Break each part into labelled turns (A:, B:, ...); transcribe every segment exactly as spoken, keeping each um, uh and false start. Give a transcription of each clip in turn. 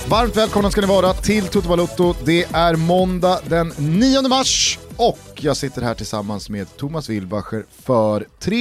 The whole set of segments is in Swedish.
A: Varmt välkomna ska ni vara till Toto Balotto. Det är måndag den nionde mars och jag sitter här tillsammans med Thomas Wilbacher för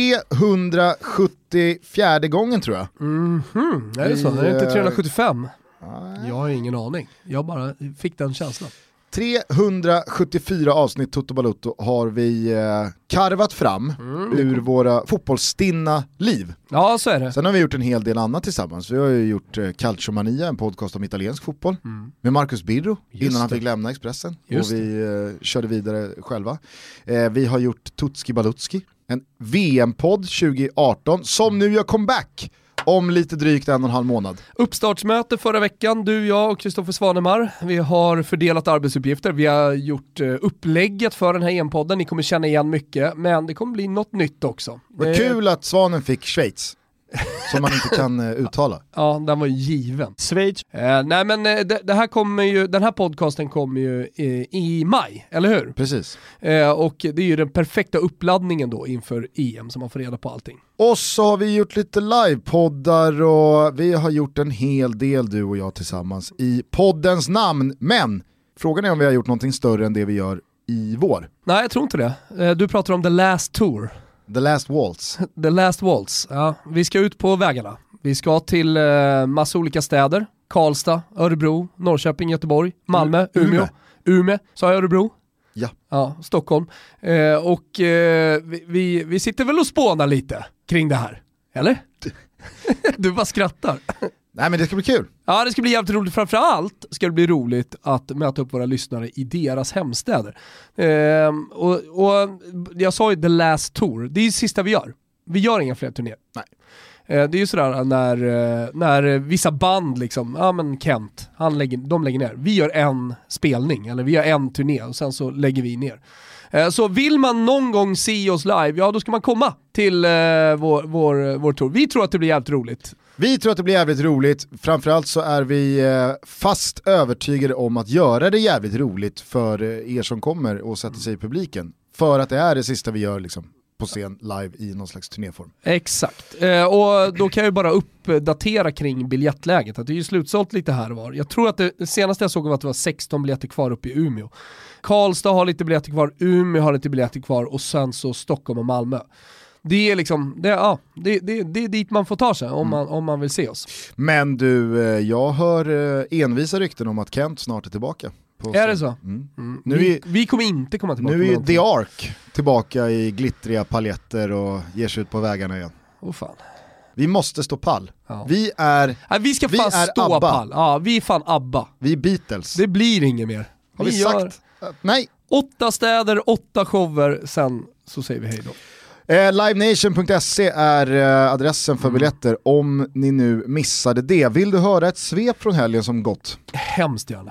A: trehundrasjuttiofjärde gången tror jag.
B: Mhm, är det så? Det är inte trehundrasjuttiofem?
A: Nej.
B: Jag har ingen aning. Jag bara fick den känslan.
A: trehundrasjuttiofyra avsnitt Toto Balotto har vi eh, karvat fram mm. ur våra fotbollsstinna liv.
B: Ja, så är det.
A: Sen har vi gjort en hel del annat tillsammans. Vi har ju gjort eh, Calciomania, en podcast om italiensk fotboll mm. med Marcus Birro
B: Just
A: innan
B: det.
A: han fick lämna Expressen.
B: Just
A: och vi eh, körde vidare själva. Eh, vi har gjort Tutski Balutski, en V M-podd tjugo arton som nu gör comeback om lite drygt en och en halv månad.
B: Uppstartsmöte förra veckan, du, jag och Kristoffer Svanemar. Vi har fördelat arbetsuppgifter. Vi har gjort uh, upplägget för den här E M-podden. Ni kommer känna igen mycket, men det kommer bli något nytt också.
A: Vad
B: det...
A: kul att Svanen fick Schweiz. Som man inte kan uh, uttala.
B: Ja, den var ju given.
C: Schweiz.
B: Uh, nej men uh, det, det här kommer ju, den här podcasten kommer ju uh, i maj, eller hur?
A: Precis.
B: Uh, och det är ju den perfekta uppladdningen då inför E M, så man får reda på allting.
A: Och så har vi gjort lite livepoddar och vi har gjort en hel del, du och jag tillsammans, i poddens namn. Men frågan är om vi har gjort någonting större än det vi gör i vår.
B: Nej, jag tror inte det. Uh, du pratar om The Last Tour.
A: The Last Waltz.
B: The Last Waltz, ja. Vi ska ut på vägarna. Vi ska till uh, massa olika städer. Karlstad, Örebro, Norrköping, Göteborg, Malmö,
A: Umeå.
B: Umeå. Umeå, sa jag Örebro?
A: Ja.
B: Ja, Stockholm. Uh, och uh, vi, vi, vi sitter väl och spånar lite kring det här. Eller? Du bara skrattar.
A: Nej, men det ska bli kul.
B: Ja, det ska bli jävligt roligt. Framförallt ska det bli roligt att möta upp våra lyssnare i deras hemstäder. Ehm, och, och jag sa ju The Last Tour. Det är ju sista vi gör. Vi gör inga fler turnéer.
A: Nej.
B: Ehm, det är ju sådär när, när vissa band liksom, ja men Kent, han lägger, de lägger ner. Vi gör en spelning, eller vi gör en turné och sen så lägger vi ner. Ehm, så vill man någon gång se oss live, ja då ska man komma till eh, vår, vår, vår tour. Vi tror att det blir jävligt roligt.
A: Vi tror att det blir jävligt roligt. Framförallt så är vi fast övertygade om att göra det jävligt roligt för er som kommer och sätter sig i publiken. För att det är det sista vi gör liksom på scen live i någon slags turnéform.
B: Exakt. Eh, och då kan jag ju bara uppdatera kring biljettläget. Att det är ju slutsålt lite här och var. Jag tror att det, det senaste jag såg var att det var sexton biljetter kvar uppe i Umeå. Karlstad har lite biljetter kvar, Umeå har lite biljetter kvar och sen så Stockholm och Malmö. Det är liksom, det, ja, det, det, det är dit man får ta sig om man, om man vill se oss.
A: Men du, jag hör envisa rykten om att Kent snart är tillbaka.
B: Är det så?
A: Mm.
B: Mm.
A: Nu
B: vi,
A: är,
B: vi kommer inte komma tillbaka.
A: Nu är The Ark tillbaka i glittriga paljetter och ger sig ut på vägarna igen.
B: Oh, fan.
A: Vi måste stå pall.
B: Ja.
A: Vi är
B: ja, Vi ska
A: vi
B: fan
A: är
B: stå
A: Abba.
B: pall. Ja, vi är fan Abba.
A: Vi är Beatles.
B: Det blir inget mer.
A: Har vi,
B: vi
A: sagt?
B: Gör
A: Nej.
B: åtta städer, åtta shower, sen så säger vi hej då.
A: Eh, livenation punkt se är eh, adressen för mm. biljetter om ni nu missade det. Vill du höra ett svep från helgen som gått?
B: Hemskt gärna.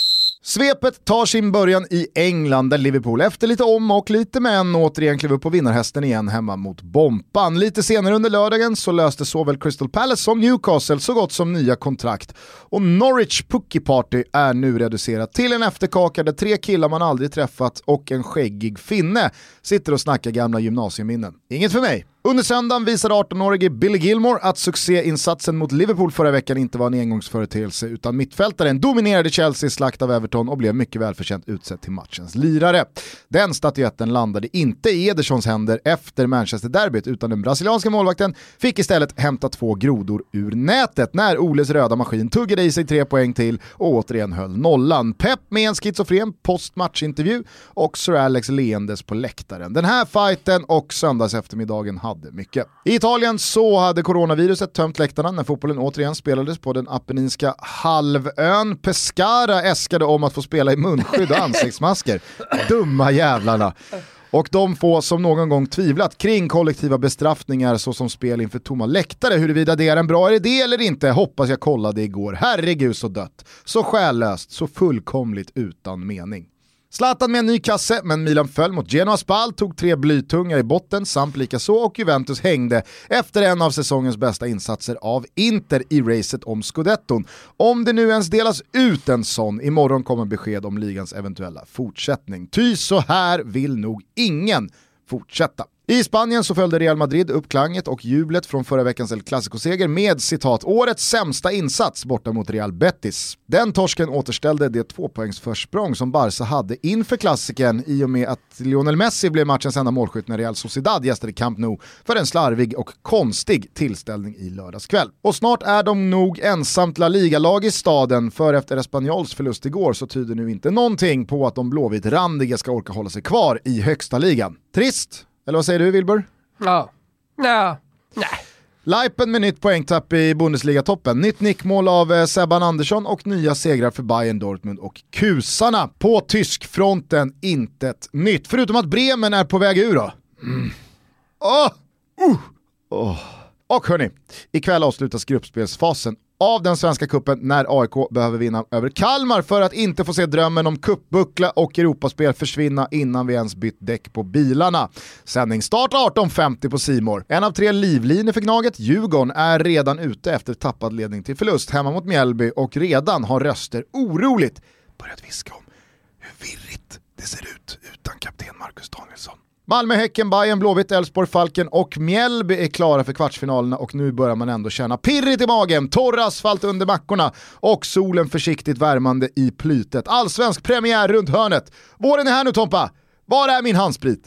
A: Svepet tar sin början i England där Liverpool efter lite om och lite men återigen klev upp på vinnarhästen igen hemma mot Bompan. Lite senare under lördagen så löste såväl Crystal Palace som Newcastle så gott som nya kontrakt. Och Norwich Pookie Party är nu reducerat till en efterkaka där tre killar man aldrig träffat och en skäggig finne sitter och snackar gamla gymnasieminnen. Inget för mig. Under söndagen visade arton-årige Billy Gilmore att succéinsatsen mot Liverpool förra veckan inte var en engångsföreteelse utan mittfältaren dominerade Chelseas slakt av Everton och blev mycket välförtjänt utsedd till matchens lirare. Den statyetten landade inte i Edersons händer efter Manchester-derbyt utan den brasilianska målvakten fick istället hämta två grodor ur nätet när Oles röda maskin tuggade i sig tre poäng till och återigen höll nollan. Pep med en schizofren postmatchintervju och Sir Alex leendes på läktaren. Den här fighten och söndags eftermiddagen hade mycket. I Italien så hade coronaviruset tömt läktarna när fotbollen återigen spelades på den apenninska halvön. Pescara äskade om att få spela i munskydd och ansiktsmasker. Dumma jävlarna. Och de få som någon gång tvivlat kring kollektiva bestraffningar såsom spel inför tomma läktare, huruvida det är en bra idé eller inte, hoppas jag kollade igår. Herregud så dött. Så själlöst, så fullkomligt utan mening. Zlatan med en ny kasse, men Milan föll mot Genoa Spal, tog tre blytungar i botten samt lika så och Juventus hängde efter en av säsongens bästa insatser av Inter i racet om Scudetton. Om det nu ens delas ut en sån, imorgon kommer besked om ligans eventuella fortsättning. Ty så här vill nog ingen fortsätta. I Spanien så följde Real Madrid upp klanget och jublet från förra veckans El Clasico-seger med citat årets sämsta insats borta mot Real Betis. Den torsken återställde det tvåpoängsförsprång som Barca hade inför klassiken i och med att Lionel Messi blev matchens enda målskytt när Real Sociedad gästade Camp Nou för en slarvig och konstig tillställning i lördagskväll. Och snart är de nog ensamt La Liga-lag i staden, för efter Espanyols förlust igår så tyder nu inte någonting på att de blåvit-randiga ska orka hålla sig kvar i högsta ligan. Trist! Eller vad säger du, Wilbur?
B: Ja. Ja. Nej.
A: Leipen med nytt poängtapp i Bundesliga-toppen. Nytt nickmål av eh, Sebban Andersson och nya segrar för Bayern Dortmund och kusarna. På tysk fronten intet nytt. Förutom att Bremen är på väg ur då. Mm. Oh. Uh. Oh. Och hörni, ikväll avslutas gruppspelsfasen av den svenska kuppen när A I K behöver vinna över Kalmar för att inte få se drömmen om kuppbuckla och Europaspel försvinna innan vi ens bytt däck på bilarna. Sändningsstart arton femtio på C More. En av tre livlinjer för Gnaget, Djurgården, är redan ute efter tappad ledning till förlust hemma mot Mjällby och redan har röster oroligt börjat viska om hur virrigt det ser ut utan kapten Marcus Danielsson. Malmö, Häcken, Bayern, Blåvitt, Elfsborg, Falken och Mjällby är klara för kvartsfinalerna och nu börjar man ändå känna pirrigt i magen, torr asfalt under backorna och solen försiktigt värmande i plytet. Allsvensk premiär runt hörnet. Våren är här nu, Tompa. Var är min handsprit?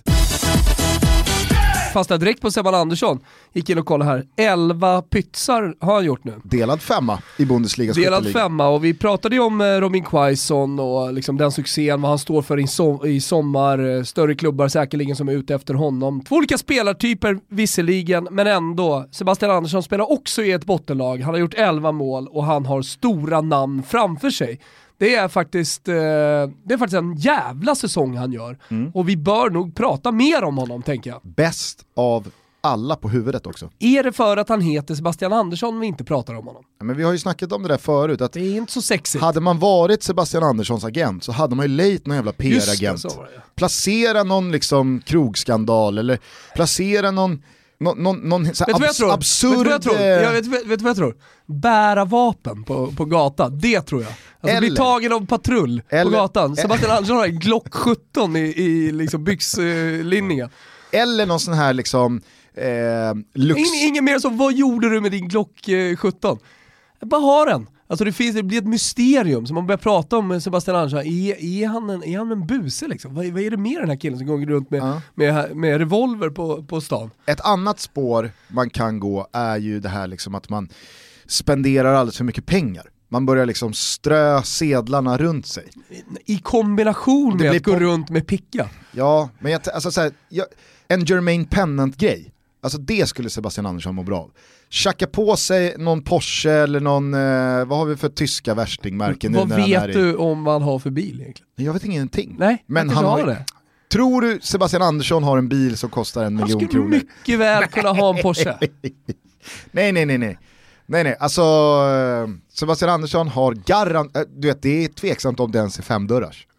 B: Fastnade direkt på Sebban Andersson. Gick in och kollade här. elva pytsar har han gjort nu.
A: Delad femma i Bundesliga.
B: Delad femma, och vi pratade ju om Robin Quaison och liksom den succén, vad han står för i, som- i sommar. Större klubbar säkerligen som är ute efter honom. Två olika spelartyper visserligen, men ändå. Sebastian Andersson spelar också i ett bottenlag. Han har gjort elva mål och han har stora namn framför sig. Det är faktiskt, eh, det är faktiskt en jävla säsong han gör. Mm. Och vi bör nog prata mer om honom, tänker jag.
A: Bäst av alla på huvudet också.
B: Är det för att han heter Sebastian Andersson vi inte pratar om honom?
A: Ja, men vi har ju snackat om det där förut. Att
B: det är inte så sexigt.
A: Hade man varit Sebastian Anderssons agent så hade man ju lejt någon jävla P R-agent.
B: Det, det.
A: Placera någon liksom krogskandal eller placera någon... Någon, någon, någon så
B: vet
A: abs- absurd...
B: Vet du vad jag tror? Jag vet, vet, vet vad jag tror? Bära vapen på, på gatan, det tror jag. Alltså
A: eller,
B: bli tagen av patrull eller, på gatan. Sebastian Andersson har en Glock sjutton i, i liksom byxlinningen.
A: Eller någon sån här liksom... Eh, lux...
B: Ingen, ingen mer som, vad gjorde du med din Glock sjutton? Jag bara har den. Alltså det, finns, det blir ett mysterium som man börjar prata om med Sebastian Andersson. Är, är, han en, är han en buse liksom? Vad, vad är det med den här killen som går runt med, uh. med, med revolver på, på stan?
A: Ett annat spår man kan gå är ju det här liksom att man spenderar alldeles för mycket pengar. Man börjar liksom strö sedlarna runt sig.
B: I kombination med att gå
A: på...
B: runt med picka.
A: Ja, men jag, alltså så här, jag, en Jermaine Pennant-grej. Alltså det skulle Sebastian Andersson må bra av. Tjacka på sig någon Porsche eller någon, eh, vad har vi för tyska värstingmärken nu?
B: Vad
A: när
B: vet
A: han är
B: du
A: i...
B: om vad han har för bil egentligen?
A: Jag vet ingenting.
B: Nej,
A: men han har det. Tror du Sebastian Andersson har en bil som kostar en miljon kronor?
B: Han skulle mycket väl kunna ha en Porsche.
A: nej, nej, nej, nej. Nej, nej, alltså Sebastian Andersson har garant, äh, du vet, det är tveksamt om det ens är femdörrars.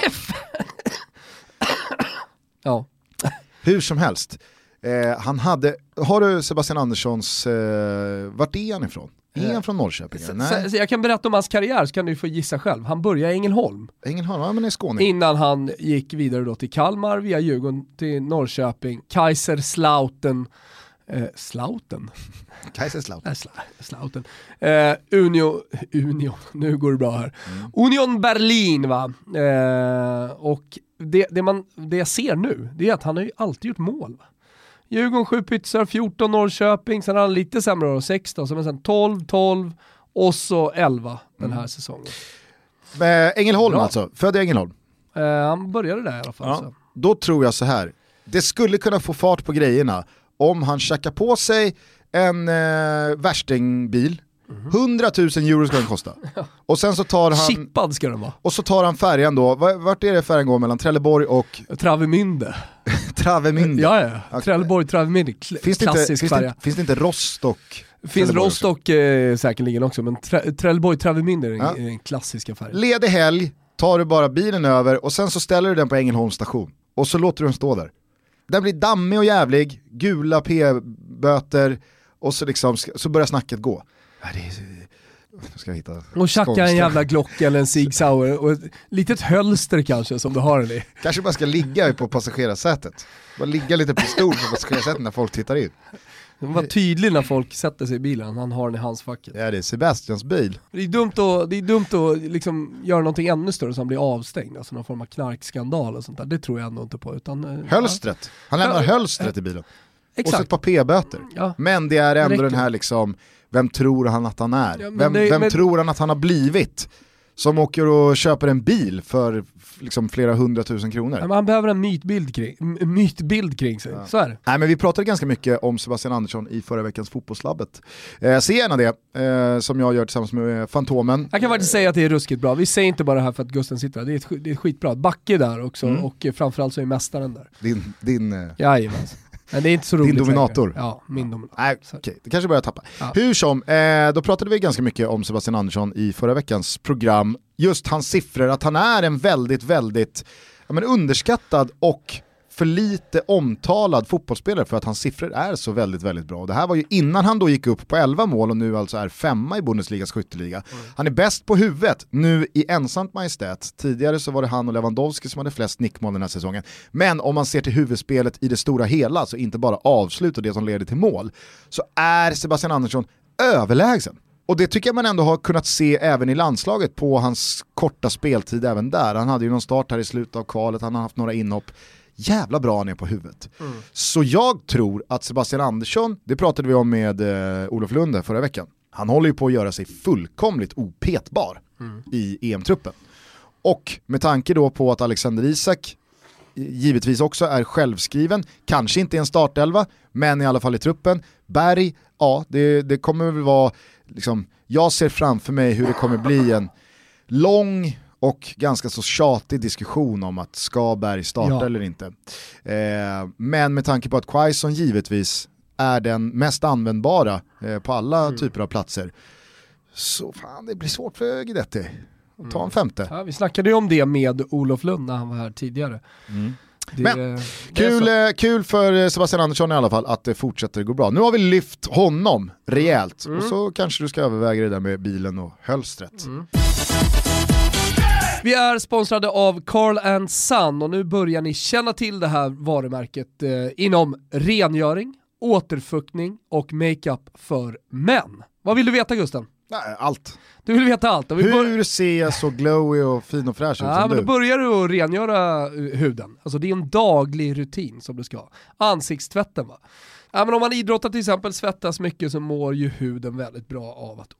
B: Ja.
A: Hur som helst. Eh, han hade, har du Sebastian Anderssons, eh, vart är han ifrån? Är han från Norrköping?
B: Så, Nej. Så jag kan berätta om hans karriär så kan du få gissa själv. Han började i Ängelholm.
A: Ängelholm, ja men i Skåne.
B: Innan han gick vidare då till Kalmar, via Djurgården till Norrköping. Kaiserslautern. Eh, Slauten?
A: Kaiserslautern.
B: Äh, sla, Slauten. Eh, Unio, Union, nu går det bra här. Mm. Union Berlin va. Eh, och det, det, man, det jag ser nu, det är att han har ju alltid gjort mål va. Djurgården sju pytsar, fjorton Norrköping, sen har han lite sämre år, sexton, så men sen tolv, tolv och så elva den här mm. säsongen.
A: Äh, Ängelholm bra. Alltså, född i Ängelholm.
B: Eh, han började där i alla fall.
A: Ja.
B: Så.
A: Då tror jag så här, det skulle kunna få fart på grejerna om han checkar på sig en eh, värstingbil. Mm. hundratusen euro ska den kosta. Och sen så tar han...
B: Chippad ska den vara.
A: Och så tar han färjan då. Vart är det färjan går mellan Trelleborg och...
B: Travemünde.
A: Travemünde.
B: Ja, ja. Okay. Trelleborg, Travemünde. Kl-
A: finns
B: klassisk
A: inte,
B: färja.
A: Finns, finns det inte Rostock?
B: Finns Rostock eh, säkerligen också. Men Tre- Trelleborg, Travemünde är den, ja. den klassiska färjan.
A: Ledig helg, tar du bara bilen över och sen så ställer du den på Ängelholms station. Och så låter du den stå där. Den blir dammig och jävlig, gula p-böter och så, liksom, så börjar snacket gå. ska jag hitta
B: och tjacka en jävla Glock eller en Sig Sauer och ett litet hölster kanske som du har den i.
A: Kanske bara ska ligga på passagerarsätet. Bara ligga lite pistol på passagerarsätet när folk tittar in.
B: Var tydlig när folk sätter sig i bilen, han har den i hans facket.
A: Ja, det är Sebastians bil.
B: Det är dumt att, det är dumt att liksom göra någonting ännu större som blir avstängd, alltså någon form av knarkskandal och sånt där. Det tror jag ändå inte på. Utan,
A: hölstret. Han lämnar
B: ja.
A: hölstret i bilen.
B: Exakt.
A: Och så ett par p-böter.
B: Ja.
A: Men det är ändå
B: det
A: den här liksom, vem tror han att han är?
B: Ja,
A: vem
B: det,
A: vem
B: men...
A: tror han att han har blivit? Som åker och köper en bil för liksom flera hundratusen kronor.
B: Ja, han behöver en mytbild kring, en mytbild kring sig, ja. Så är det.
A: Nej, men vi pratade ganska mycket om Sebastian Andersson i förra veckans fotbollslabbet. Eh, se gärna det, eh, som jag gör tillsammans med Fantomen.
B: Jag kan faktiskt säga att det är ruskigt bra. Vi säger inte bara det här för att Gusten sitter där. Det är, ett, det är skitbra. Backe där också, mm. och framförallt så är mästaren där.
A: Din... din eh...
B: Jajamän. Men det är inte så roligt.
A: Din dominator.
B: Längre. Ja, min dominator.
A: Nej, okej. Okay. Det kanske börjar tappa.
B: Ja.
A: Hur som, eh, då pratade vi ganska mycket om Sebastian Andersson i förra veckans program. Just hans siffror, att han är en väldigt, väldigt ja, men underskattad och för lite omtalad fotbollsspelare för att hans siffror är så väldigt, väldigt bra. Det här var ju innan han då gick upp på elva mål och nu alltså är femma i Bundesligas skytteliga. Mm. Han är bäst på huvudet, nu i ensamt majestät. Tidigare så var det han och Lewandowski som hade flest nickmål den här säsongen. Men om man ser till huvudspelet i det stora hela, så inte bara avslut och det som leder till mål, så är Sebastian Andersson överlägsen. Och det tycker jag man ändå har kunnat se även i landslaget på hans korta speltid även där. Han hade ju någon start här i slutet av kvalet, han har haft några inhopp. Jävla bra han är på huvudet. Mm. Så jag tror att Sebastian Andersson, det pratade vi om med eh, Olof Lunde förra veckan, han håller ju på att göra sig fullkomligt opetbar mm. i E M-truppen. Och med tanke då på att Alexander Isak givetvis också är självskriven, kanske inte i en startelva, men i alla fall i truppen. Berg, ja, det, det kommer väl vara liksom, jag ser framför mig hur det kommer bli en lång och ganska så tjatig diskussion om att ska Berg starta ja. eller inte. Eh, men med tanke på att Quaison givetvis är den mest användbara eh, på alla mm. typer av platser, så fan, det blir svårt för Guidetti att ta en femte.
B: Ja, vi snackade ju om det med Olof Lund när han var här tidigare. Mm. Det,
A: men
B: det
A: kul, kul för Sebastian Andersson i alla fall att det fortsätter gå bra. Nu har vi lyft honom rejält mm. och så kanske du ska överväga det där med bilen och hölstret. Mm.
B: Vi är sponsrade av Carl and Son och nu börjar ni känna till det här varumärket eh, inom rengöring, återfuktning och makeup för män. Vad vill du veta, Gusten?
A: Nej, allt.
B: Du vill veta allt.
A: Vi Hur bör... ser jag så glowy och fin och fräsch ut
B: ja,
A: som
B: men
A: du?
B: Då börjar du att rengöra huden. Alltså det är en daglig rutin som du ska ha. Ansiktstvätten, va? Ja, men om man idrottar till exempel, svettas mycket, så mår ju huden väldigt bra av att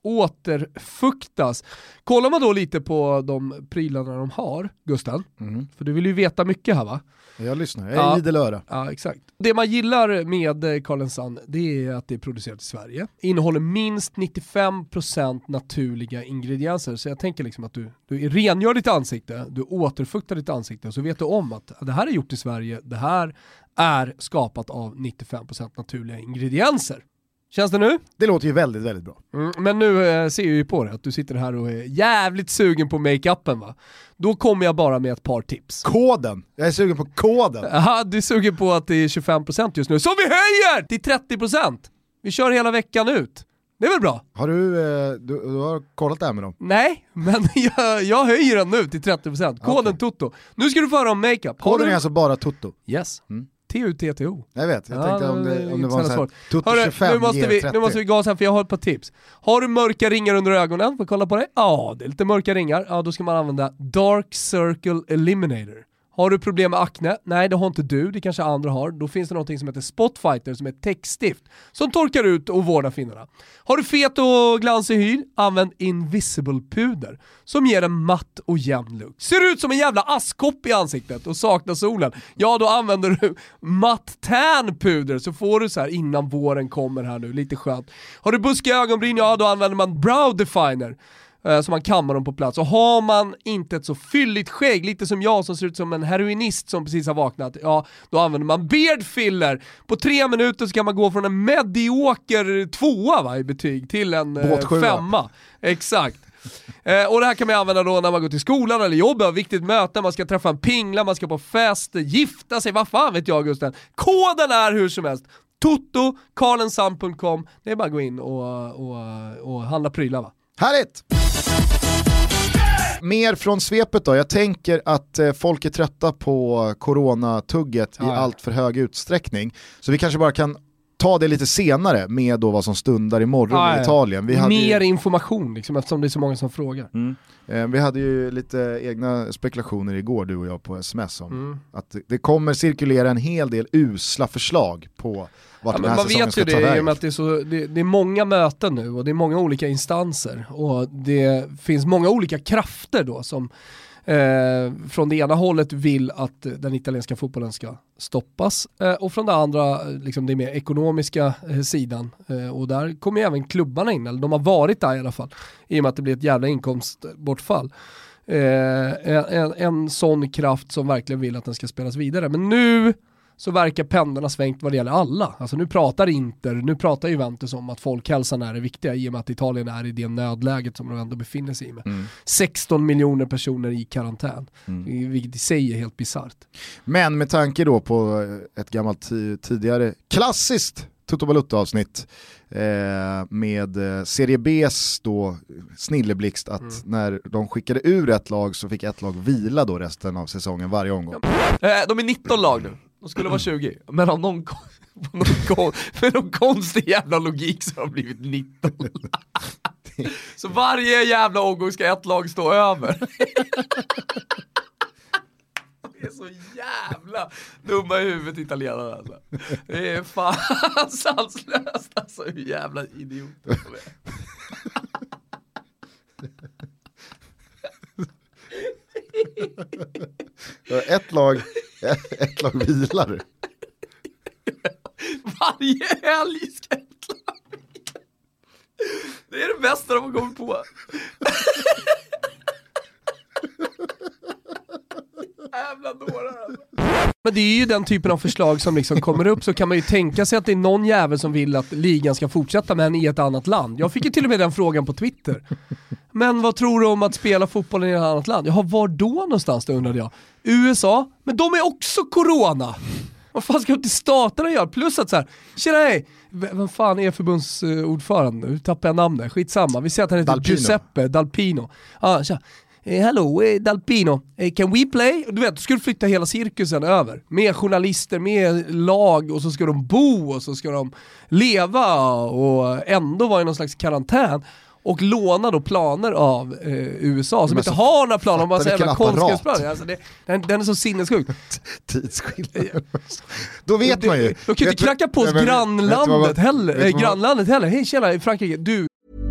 B: återfuktas. Kollar man då lite på de prylarna de har, Gusten, mm. för du vill ju veta mycket här, va?
A: Jag lyssnar, jag är ja. idel öra.
B: Ja, exakt. Det man gillar med Carl and Son, det är att det är producerat i Sverige. Innehåller minst nittiofem procent naturliga ingredienser. Så jag tänker liksom att du, du rengör ditt ansikte, du återfuktar ditt ansikte, så vet du om att det här är gjort i Sverige, det här är skapat av nittiofem procent naturliga ingredienser. Känns det nu?
A: Det låter ju väldigt, väldigt bra.
B: Mm, men nu eh, ser jag ju på det att du sitter här och är jävligt sugen på make-upen, va? Då kommer jag bara med ett par tips.
A: Koden! Jag är sugen på koden.
B: Ja, du är sugen på att det är tjugofem procent just nu. Så vi höjer till trettio procent! Vi kör hela veckan ut. Det är väl bra?
A: Har du, eh, du, du har kollat det här med dem?
B: Nej, men jag, jag höjer den nu till trettio procent. Koden okay. Toto. Nu ska du få höra om makeup.
A: Koden
B: du...
A: är alltså bara Toto?
B: Yes. Mm. T U T T O.
A: Jag vet, jag ja, tänkte om det, om det var en sån här
B: Toto Hörru, tjugofem, nu måste, vi, nu måste vi gasa för jag har ett par tips. Har du mörka ringar under ögonen? Får kolla på det? Ja, det är lite mörka ringar. Ja, då ska man använda Dark Circle Eliminator. Har du problem med akne? Nej, det har inte du. Det kanske andra har. Då finns det något som heter Spotfighter som är täckstift som torkar ut och vårdar finnorna. Har du fet och glansig hy? Använd Invisible puder som ger en matt och jämn look. Ser ut som en jävla askkopp i ansiktet och saknar solen. Ja, då använder du matt tan puder så får du så här innan våren kommer här nu. Lite skönt. Har du buskiga ögonbryn? Ja, då använder man Brow Definer. Så man kammar dem på plats. Och har man inte ett så fylligt skägg, lite som jag som ser ut som en heroinist som precis har vaknat, ja, då använder man beard filler. På tre minuter så kan man gå från en medioker tvåa, va, i betyg till en eh, femma. Exakt. eh, och det här kan man använda då när man går till skolan eller jobbar, viktigt möte, man ska träffa en pingla, man ska på fest, gifta sig, vad fan vet jag, Gusten. Koden är hur som helst Toto, carl and son punkt com. Det är bara att gå in och, och, och handla prylar, va.
A: Härligt! Mer från svepet då. Jag tänker att eh, folk är trötta på coronatugget ja. i allt för hög utsträckning. Så vi kanske bara kan ta det lite senare med då vad som stundar imorgon ja, i Italien. Vi hade
B: Mer
A: ju...
B: information liksom, eftersom det är så många som frågar.
A: Mm. Eh, vi hade ju lite egna spekulationer igår, du och jag, på sms om mm. att det kommer cirkulera en hel del usla förslag på vart ja, den här
B: man
A: säsongen
B: vet
A: ska
B: ju
A: ta
B: det,
A: väg.
B: Med att det, är så, det, det är många möten nu och det är många olika instanser och det finns många olika krafter då som eh, från det ena hållet vill att den italienska fotbollen ska stoppas eh, och från det andra liksom det mer ekonomiska eh, sidan eh, och där kommer ju även klubbarna in, eller de har varit där i alla fall, i och med att det blir ett jävla inkomstbortfall. Eh, en, en sån kraft som verkligen vill att den ska spelas vidare. Men nu så verkar pendeln ha svängt vad det gäller alla. Alltså nu pratar Inter, nu pratar Juventus om att folkhälsan är det viktiga i och med att Italien är i det nödläget som de ändå befinner sig i med. Mm. sexton miljoner personer i karantän. Mm. Vilket i sig är helt bizarrt.
A: Men med tanke då på ett gammalt t- tidigare klassiskt Toto Balutto-avsnitt eh, med Serie B's då snilleblixt att mm. när de skickade ur ett lag så fick ett lag vila då resten av säsongen varje omgång.
C: Eh, de är nitton lag nu. De skulle vara tjugo. Men av någon, någon, för någon konstig jävla logik så har de blivit nitton. Så varje jävla omgång ska ett lag stå över. Det är så jävla dumma i huvudet italienarna alltså. Det är fan sanslöst alltså, hur jävla idioter de är.
A: Ett lag ett lag vilar.
C: Varje helg ska ett lag vila. Det är det bästa de har kommit på. Jävla dårar alltså.
B: Men det är ju den typen av förslag som liksom kommer upp, så kan man ju tänka sig att det är någon jävel som vill att ligan ska fortsätta men i ett annat land. Jag fick ju till och med den frågan på Twitter. Men vad tror du om att spela fotboll i ett annat land? Jaha, var då någonstans då, undrade jag. U S A, men de är också corona. Vad fan ska jag till staterna göra? Plus att så här, tjena hej, v- vem fan är förbundsordförande? Nu tappar jag namnet, skitsamma. Vi säger att han heter
A: Dalpino.
B: Giuseppe Dalpino. Ah, tja. Eh, hello, eh, Dalpino, eh, can we play? Du vet, du skulle flytta hela cirkusen över. Med journalister, med lag, och så ska de bo och så ska de leva och ändå vara i någon slags karantän. Och låna då planer av eh, U S A som inte har några planer om man säger jävla konstgräsplaner. Alltså det, den, den är så sinnessjuk.
A: Tidsskillnad. Då vet man ju.
B: De kan ju inte knacka på oss grannlandet heller. Äh, grannlandet heller. Hej tjena, i Frankrike, du.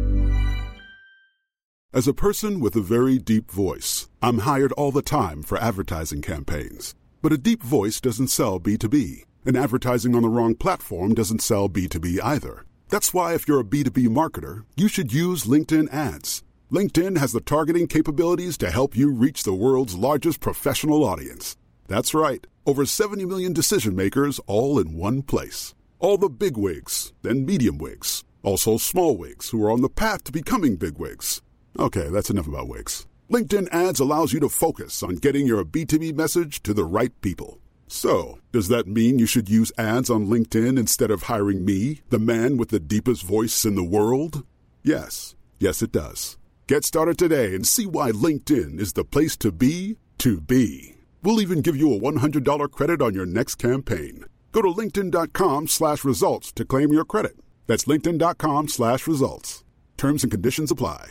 D: As a person with a very deep voice, I'm hired all the time for advertising campaigns. But a deep voice doesn't sell B two B. And advertising on the wrong platform doesn't sell B two B either. That's why if you're a B two B marketer, you should use LinkedIn ads. LinkedIn has the targeting capabilities to help you reach the world's largest professional audience. That's right, over seventy million decision makers all in one place. All the big wigs, then medium wigs. Also small wigs who are on the path to becoming big wigs. Okay, that's enough about wigs. LinkedIn ads allows you to focus on getting your B two B message to the right people. So, does that mean you should use ads on LinkedIn instead of hiring me, the man with the deepest voice in the world? Yes. Yes, it does. Get started today and see why LinkedIn is the place to be to be. We'll even give you a one hundred dollars credit on your next campaign. Go to linkedin.com slash results to claim your credit. That's linkedin.com slash results. Terms and conditions apply.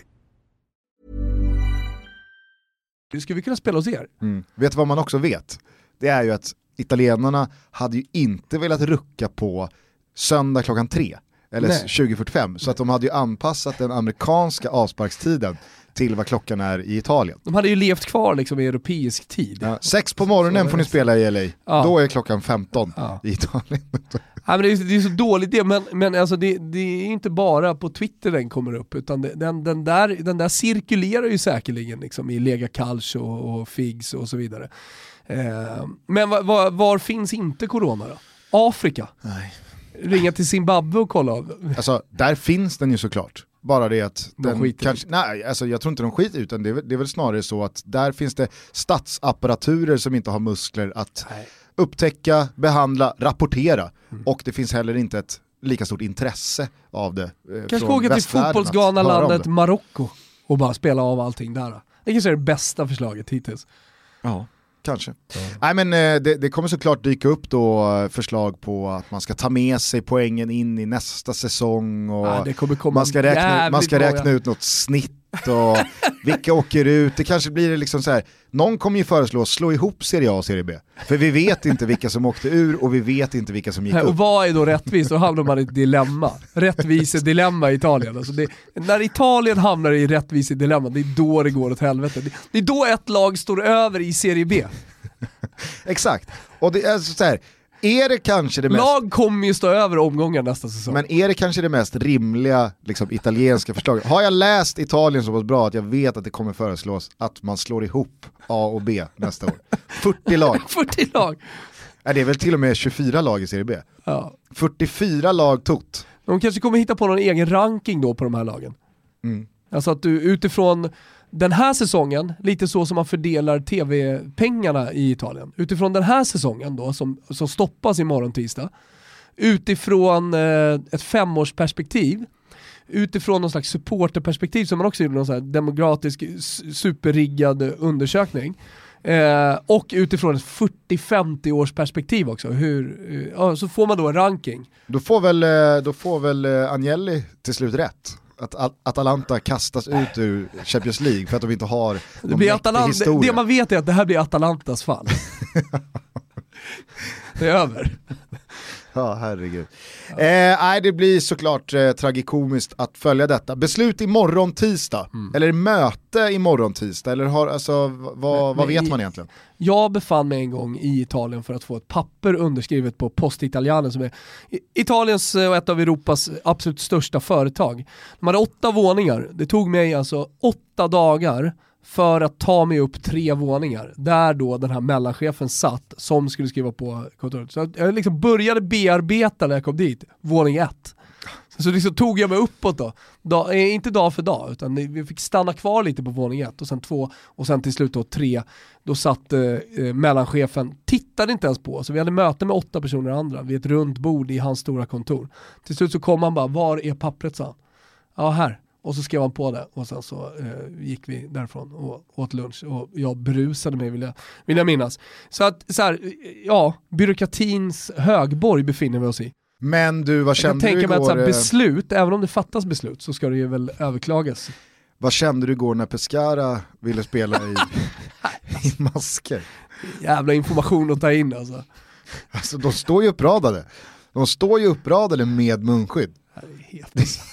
B: Nu ska vi kunna spela hos er.
A: Mm. Vet du vad man också vet? Det är ju att italienarna hade ju inte velat rucka på söndag klockan tre eller Nej. tjugo fyrtiofem, så att de hade ju anpassat den amerikanska avsparkstiden till vad klockan är i Italien.
B: De hade ju levt kvar liksom i europeisk tid.
A: Ja, sex på morgonen så får ni spela i L A. Ja. Då är klockan femton ja. i Italien.
B: Ja, men det, är, det är så dåligt det, men, men alltså det, det är inte bara på Twitter den kommer upp, utan det, den, den, där, den där cirkulerar ju säkerligen liksom i Lega Calcio och, och Figs och så vidare. Eh, men var, var, var finns inte corona då? Afrika?
A: Nej.
B: Ringa till Zimbabwe och kolla.
A: Alltså, där finns den ju såklart. Bara det att
B: de
A: den kanske, nej, alltså jag tror inte de skiter, utan det är, det är väl snarare så att där finns det statsapparaturer som inte har muskler att nej. upptäcka, behandla, rapportera. Mm. Och det finns heller inte ett lika stort intresse av det. Eh,
B: kanske åka till fotbollsgalna landet Marocko och bara spela av allting där. Det kanske är det bästa förslaget hittills.
A: Ja, kanske. Mm. Nej, men eh, det, det kommer såklart dyka upp då förslag på att man ska ta med sig poängen in i nästa säsong och
B: ja, det kommer komma
A: man ska räkna, man ska räkna ut något snitt och vilka åker ut. Det kanske blir liksom så här. Någon kommer ju föreslå att slå ihop Serie A och Serie B. För vi vet inte vilka som åkte ur och vi vet inte vilka som gick upp.
B: Och vad är då rättvist? Då hamnar man i ett dilemma. Rättvisedilemma i Italien. Alltså det, när Italien hamnar i rättvisedilemma, det är då det går åt helvete. Det, det är då ett lag står över i Serie B.
A: Exakt. Och det är så här. Är det kanske det mest...
B: Lag kommer ju stå över omgången nästa säsong.
A: Men är det kanske det mest rimliga liksom, italienska förslaget? Har jag läst Italien så pass bra att jag vet att det kommer föreslås att man slår ihop A och B nästa år? fyrtio lag.
B: fyrtio lag.
A: Är det är väl till och med tjugofyra lag i Serie B?
B: Ja.
A: fyrtiofyra lag tot.
B: De kanske kommer hitta på någon egen ranking då på de här lagen.
A: Mm.
B: Alltså att du utifrån den här säsongen, lite så som man fördelar tv-pengarna i Italien. Utifrån den här säsongen då, som, som stoppas imorgon tisdag. Utifrån eh, ett femårsperspektiv. Utifrån någon slags supporterperspektiv som man också gjorde någon sån här demokratisk superriggad undersökning. Eh, och utifrån ett fyrtio-femtio års perspektiv också. Hur, eh, ja, så får man då en ranking.
A: Då får väl, då får väl Agnelli till slut rätt. Att Atalanta kastas ut ur Champions League för att de inte har
B: det blir Atalanta,
A: historia.
B: Det, det man vet är att det här blir Atalantas fall. Det är över.
A: Ja, herregud. Ja. Eh, nej, det blir såklart eh, tragikomiskt att följa detta. Beslut imorgon tisdag, mm. eller möte imorgon tisdag, eller har, alltså, vad, men, vad vet i, man egentligen?
B: Jag befann mig en gång i Italien för att få ett papper underskrivet på Post Italiane som är Italiens och ett av Europas absolut största företag. De hade åtta våningar. Det tog mig alltså åtta dagar för att ta mig upp tre våningar där då den här mellanchefen satt som skulle skriva på kontoret. Så jag liksom började bearbeta när jag kom dit, våning ett. Så liksom tog jag mig uppåt då. Dag, inte dag för dag, utan vi fick stanna kvar lite på våning ett och sen två och sen till slut då tre. Då satt eh, mellanchefen, tittade inte ens på. Så vi hade möte med åtta personer andra vid ett runt bord i hans stora kontor. Till slut så kom han bara, var är pappret, sa han. Ja, här. Och så skrev han på det och sen så eh, gick vi därifrån och åt lunch och jag brusade mig, vill jag, vill jag minnas. Så att så här, ja, byråkratins högborg befinner vi oss i.
A: Men du, vad kände du igår? Jag kan tänka mig
B: att så här, beslut, även om det fattas beslut så ska det ju väl överklagas.
A: Vad kände du igår när Pescara ville spela i, i masker?
B: Jävla information att ta in alltså.
A: Alltså de står ju uppradade. De står ju uppradade med munskydd.
B: Helt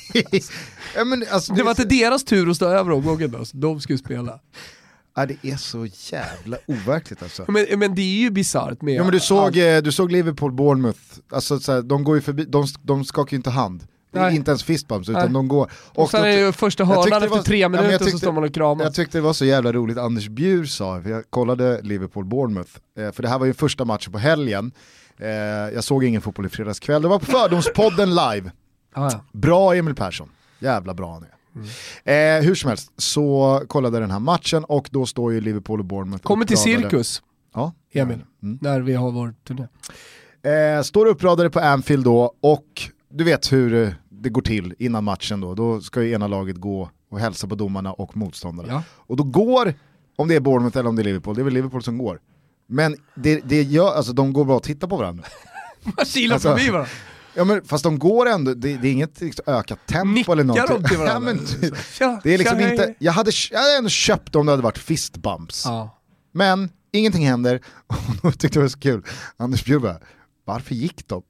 A: ja, men, alltså,
B: det var inte deras tur att stå över omgången då, så de skulle spela.
A: Ja, det är så jävla overkligt alltså.
B: Men, men det är ju bizarrt med...
A: Ja, men du såg, du såg Liverpool Bournemouth, alltså, så här, de går ju förbi, de, de skakar ju inte hand. Nej. Inte ens fistbumps, utan Nej. de går...
B: Och, och sen är ju första hörnan efter var, tre minuter ja, tyckte, så står man och kramas.
A: Jag tyckte det var så jävla roligt, Anders Bjur sa, för jag kollade Liverpool Bournemouth, eh, för det här var ju första matchen på helgen. Eh, jag såg ingen fotboll i fredagskväll, det var på Fördomspodden live. Ah, ja. Bra Emil Persson, jävla bra han är. Mm. Eh, hur som helst så kollade den här matchen och då står ju Liverpool och Bournemouth.
B: Kommer till cirkus,
A: ja.
B: Emil, mm. när vi har vår turné.
A: Eh, står uppradade på Anfield då och du vet hur det går till innan matchen då. Då ska ju ena laget gå och hälsa på domarna och motståndarna. Ja. Och då går, om det är Bournemouth eller om det är Liverpool, det är väl Liverpool som går. Men det, det gör, alltså de går bara att titta på varandra.
B: Man kilar alltså, förbi varandra.
A: Ja, men fast de går ändå, det, det är inget liksom, ökat tempo
B: nickar
A: eller något.
B: De till
A: ja, men, det är liksom inte, jag hade, jag hade ändå köpt om det hade varit fistbumps. Ja. Men ingenting händer och då tyckte jag det var så kul. Anders Bjur bara, varför gick de?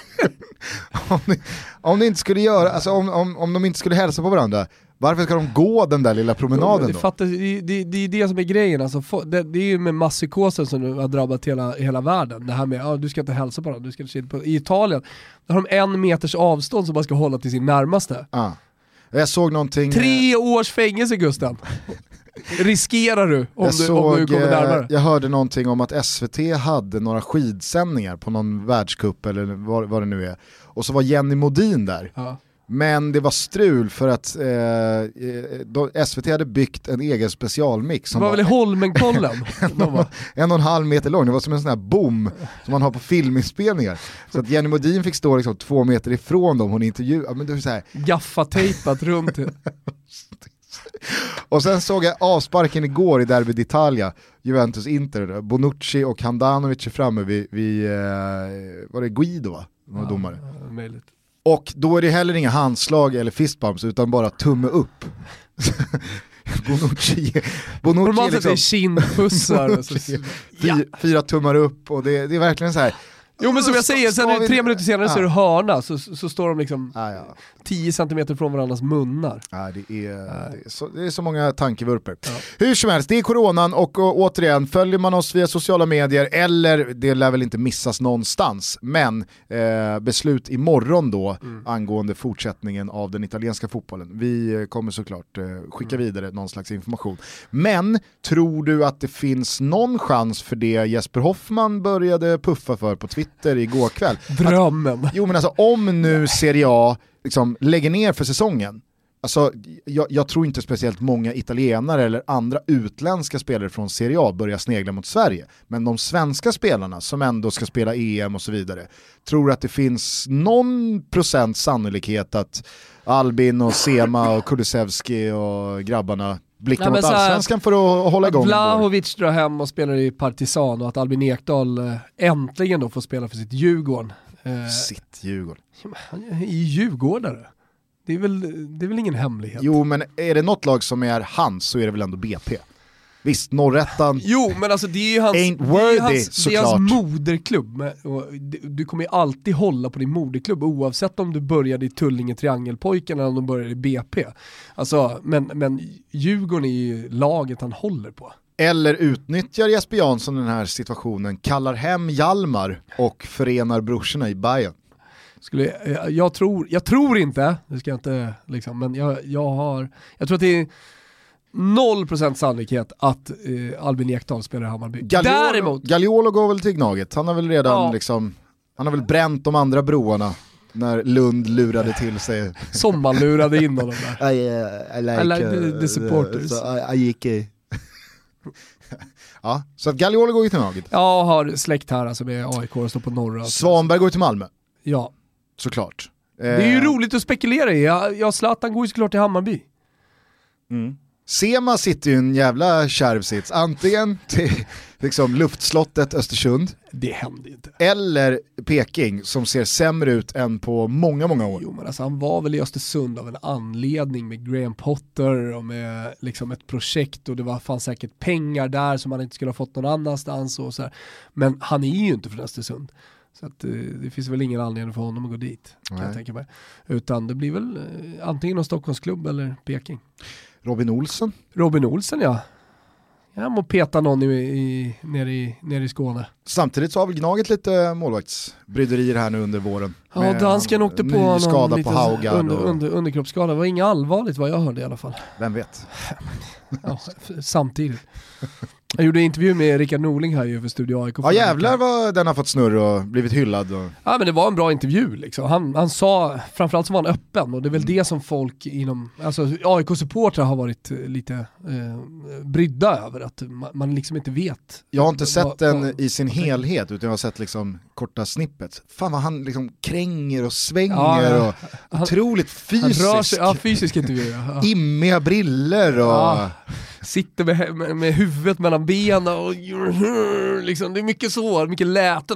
A: om, de om de inte skulle göra, alltså om, om, om de inte skulle hälsa på varandra, varför ska de gå den där lilla promenaden
B: det
A: då?
B: Fattar, det, det, det är det som är grejen. Alltså, det, det är ju med masspsykosen som nu har drabbat hela, hela världen. Det här med, ja, du ska inte hälsa på dem, du ska inte på. I Italien, där har de en meters avstånd som man ska hålla till sin närmaste.
A: Ah. Jag såg någonting...
B: Tre års fängelse, Gustav. Riskerar du om, du
A: såg,
B: om du kommer närmare.
A: Jag hörde någonting om att S V T hade några skidsändningar på någon världscup eller vad, vad det nu är. Och så var Jenny Modin där. Ja. Men det var strul för att eh, då S V T hade byggt en egen specialmix.
B: Som det var, var väl i Holmenkollen?
A: en, en och en halv meter lång. Det var som en sån här bom som man har på filminspelningar. Så att Jenny Modin fick stå liksom två meter ifrån dem. Hon intervjuade. Men det var så här.
B: Gaffatejpat runt det.
A: Och sen såg jag avsparken igår i Derby d'Italia, Juventus-Inter. Bonucci och Handanovic är framme vid, vid eh, var det Guido va? Var ja, domare.
B: Möjligt.
A: Och då är det heller inga handslag eller fistbumps utan bara tumme upp. Bonucci, Bonucci är liksom
B: kindpussar.
A: fyra, fyra tummar upp och det, det är verkligen så här.
B: Jo men som jag säger, sen vi... tre minuter senare ja. så är det hörna så, så står de liksom
A: ah, ja.
B: tio centimeter från varandras munnar.
A: Ah, det, är, det, är så, det är så många tankevurper. Ja. Hur som helst, det är coronan och, och återigen, följer man oss via sociala medier eller det lär väl inte missas någonstans, men eh, beslut imorgon då mm. angående fortsättningen av den italienska fotbollen. Vi kommer såklart eh, skicka mm. vidare någon slags information. Men tror du att det finns någon chans för det Jesper Hoffman började puffa för på Twitter igår kväll?
B: Drömmen.
A: Att, jo men alltså om nu Serie A liksom lägger ner för säsongen, alltså jag, jag tror inte speciellt många italienare eller andra utländska spelare från Serie A börjar snegla mot Sverige, men de svenska spelarna som ändå ska spela E M och så vidare, tror att det finns någon procent sannolikhet att Albin och Sema och Kulusevski och grabbarna blickar mot allsvenskan för att hålla igång.
B: Vlahovic drar hem och spelar i Partizan och att Albin Ekdal äntligen då får spela för sitt Djurgården.
A: Sitt Djurgården.
B: Han är ju djurgårdare. Det är, väl, det är väl ingen hemlighet.
A: Jo, men är det något lag som är hans så är det väl ändå B P. Visst, Norrättan.
B: Jo, men alltså det är ju hans,
A: ain't worthy,
B: det är hans, det är hans moderklubb. Och du kommer ju alltid hålla på din moderklubb oavsett om du började i Tullinge Triangelpojken eller om du började i B P. Alltså, men, men Djurgården är ju laget han håller på.
A: Eller utnyttjar Jesper Jansson den här situationen, kallar hem Hjalmar och förenar brorsorna i Bayern.
B: Skulle, jag, jag, tror, jag tror inte, det ska jag inte liksom, men jag, jag har, jag tror att det är noll procent sannolikhet att eh, Albin Ekdal spelar i Hammarby.
A: Gagliolo,
B: Däremot
A: Gagliolo går väl till Gnaget. Han har väl redan ja. liksom, han har väl bränt de andra broarna när Lund lurade till sig.
B: Som man lurade in honom där.
A: I, uh, I like,
B: I like the,
A: uh,
B: the supporters.
A: So I, I gick i. Ja, så att Gagliolo går ju till Gnaget.
B: Jag har släkt här alltså med A I K och står på norra.
A: Svanberg går till Malmö.
B: Ja.
A: Såklart.
B: Det är ju roligt att spekulera i. Jag, jag Zlatan går ju såklart till Hammarby.
A: Mm. Sema sitter ju en jävla kärvsits. Antingen till liksom, luftslottet Östersund.
B: Det händer inte.
A: Eller Peking som ser sämre ut än på många, många år.
B: Jo, men alltså, han var väl i Östersund av en anledning med Graham Potter och med liksom, ett projekt och det var, fanns säkert pengar där som han inte skulle ha fått någon annanstans. Och så här. Men han är ju inte från Östersund. Så att, eh, det finns väl ingen anledning för honom att gå dit. Kan jag tänka mig. Utan det blir väl eh, antingen någon Stockholmsklubb eller Peking.
A: Robin Olsen?
B: Robin Olsen, ja. Jag må peta någon i, i, nere, i, nere i Skåne.
A: Samtidigt så har väl Gnaget lite målvaktsbryderier här nu under våren.
B: Ja, dansken åkte på någon
A: skada
B: lite
A: på Haugar
B: under,
A: och...
B: under, underkroppsskada. Det var inga allvarligt vad jag hörde i alla fall.
A: Vem vet?
B: Ja, samtidigt. Jag gjorde en intervju med Rickard Norling här ju för Studio A I K.
A: Ja jävlar vad den har fått snurr och blivit hyllad. Och...
B: Ja men det var en bra intervju liksom. Han, han sa, framförallt så var han öppen och det är väl mm. det som folk inom, alltså A I K-supportrar har varit lite eh, brydda över att man, man liksom inte vet.
A: Jag har inte sett
B: vad,
A: den
B: vad,
A: i sin helhet utan jag har sett liksom korta snippets. Fan vad han liksom kränger och svänger
B: ja,
A: och otroligt fysiskt.
B: Han rör sig, ja fysisk intervju. Ja.
A: Immiga briller och... Ja.
B: Sitter med, med, med huvudet mellan benen och liksom, det är mycket så, mycket läten.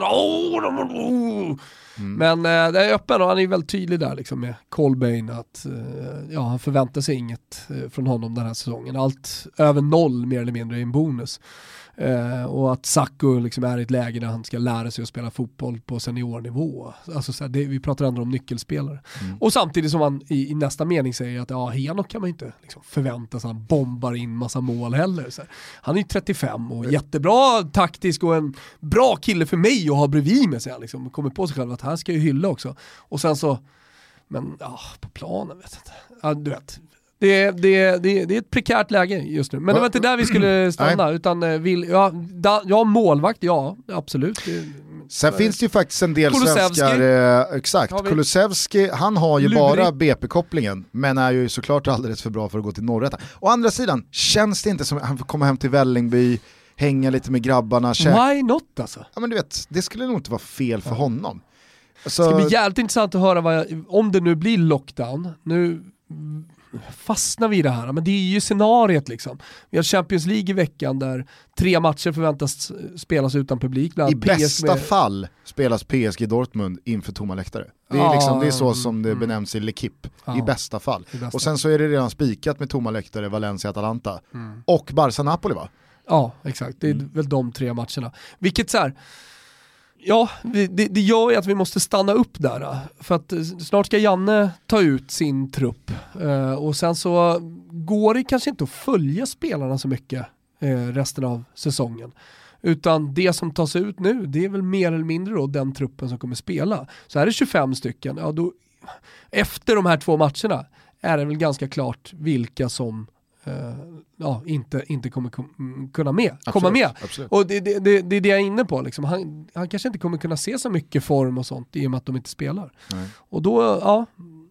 B: Mm. Men eh, det är öppen och han är väldigt tydlig där liksom, med Colbain att eh, ja, han förväntar sig inget eh, från honom den här säsongen. Allt över noll mer eller mindre är en bonus. Uh, och att Sacco liksom är i ett läge där han ska lära sig att spela fotboll på seniornivå. Alltså så här, det, vi pratar ändå om nyckelspelare. Mm. Och samtidigt som han i, i nästa mening säger att ja, Henok kan man inte liksom förvänta sig att han bombar in massa mål heller. Så här. Han är ju trettiofem och jättebra taktisk och en bra kille för mig att ha bredvid mig. Så här, liksom, kommer på sig själv att han ska ju hylla också. Och sen så, men ja, på planen vet jag inte. Ja, du vet. Det, det, det, det är ett prekärt läge just nu. Men det var inte där vi skulle stanna. Utan vill, ja, da, ja, målvakt, ja, absolut. Det,
A: Sen finns det ju faktiskt en del
B: Kulusevski.
A: svenskar, eh, exakt,
B: Har vi-
A: Kulusevski, han har ju
B: Lurik.
A: bara B P-kopplingen, men är ju såklart alldeles för bra för att gå till Norrrätta. Å andra sidan, känns det inte som att han får komma hem till Vällingby, hänga lite med grabbarna, käka.
B: Why not alltså?
A: Ja men du vet, det skulle nog inte vara fel för honom.
B: Det ska
A: Alltså,
B: bli jävligt intressant att höra vad jag, om det nu blir lockdown. Nu fastnar vi i det här, men det är ju scenariet liksom. Vi har Champions League i veckan där tre matcher förväntas spelas utan publik.
A: i
B: P S G
A: bästa fall spelas P S G Dortmund inför tomma läktare. Det är,
B: Ja,
A: liksom, det är så som det
B: mm.
A: benämns i L'Equipe,
B: Ja,
A: i bästa fall.
B: i bästa.
A: Och sen så är det redan spikat med tomma läktare, Valencia-Atalanta
B: Mm.
A: och Barca-Napoli va?
B: Ja, exakt. Det är
A: Mm.
B: väl de tre matcherna. Vilket så här, ja, det, det gör ju att vi måste stanna upp där. För att snart ska Janne ta ut sin trupp. Eh, och sen så går det kanske inte att följa spelarna så mycket eh, resten av säsongen. Utan det som tas ut nu, det är väl mer eller mindre då den truppen som kommer spela. Så här är det tjugofem stycken. Ja, då, efter de här två matcherna är det väl ganska klart vilka som Uh, ja, inte, inte kommer kom, kunna med,
A: Absolut,
B: komma med.
A: absolut.
B: Och det, det, det, det är det jag är inne på. Liksom. Han, han kanske inte kommer kunna se så mycket form och sånt i och med att de inte spelar.
A: Nej.
B: Och då, ja,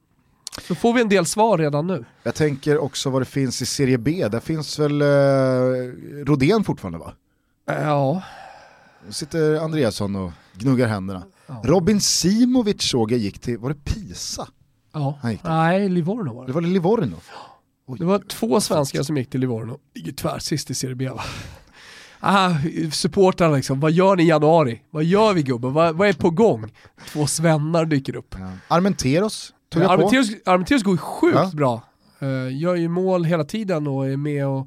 B: så får vi en del svar redan nu.
A: Jag tänker också vad det finns i Serie B, där finns väl eh, Rodén fortfarande va?
B: Ja.
A: Nu sitter Andreasson och gnuggar händerna.
B: ja.
A: Robin Simovic såg jag gick till, var det Pisa?
B: ja.
A: Han gick där.
B: Nej, Livorno var
A: Det
B: det.
A: var det Livorno? Oj.
B: Det var två svenskar som gick till Livorno. Ligger tvärsist i Serie B va? Ah, supportrarna liksom, vad gör ni i januari? Vad gör vi gubben? Vad, vad är på gång? Två svennar dyker upp.
A: Ja. Armenteros tog jag på.
B: Armenteros, Armenteros går sjukt
A: Ja.
B: bra. Uh, gör ju mål hela tiden och är med och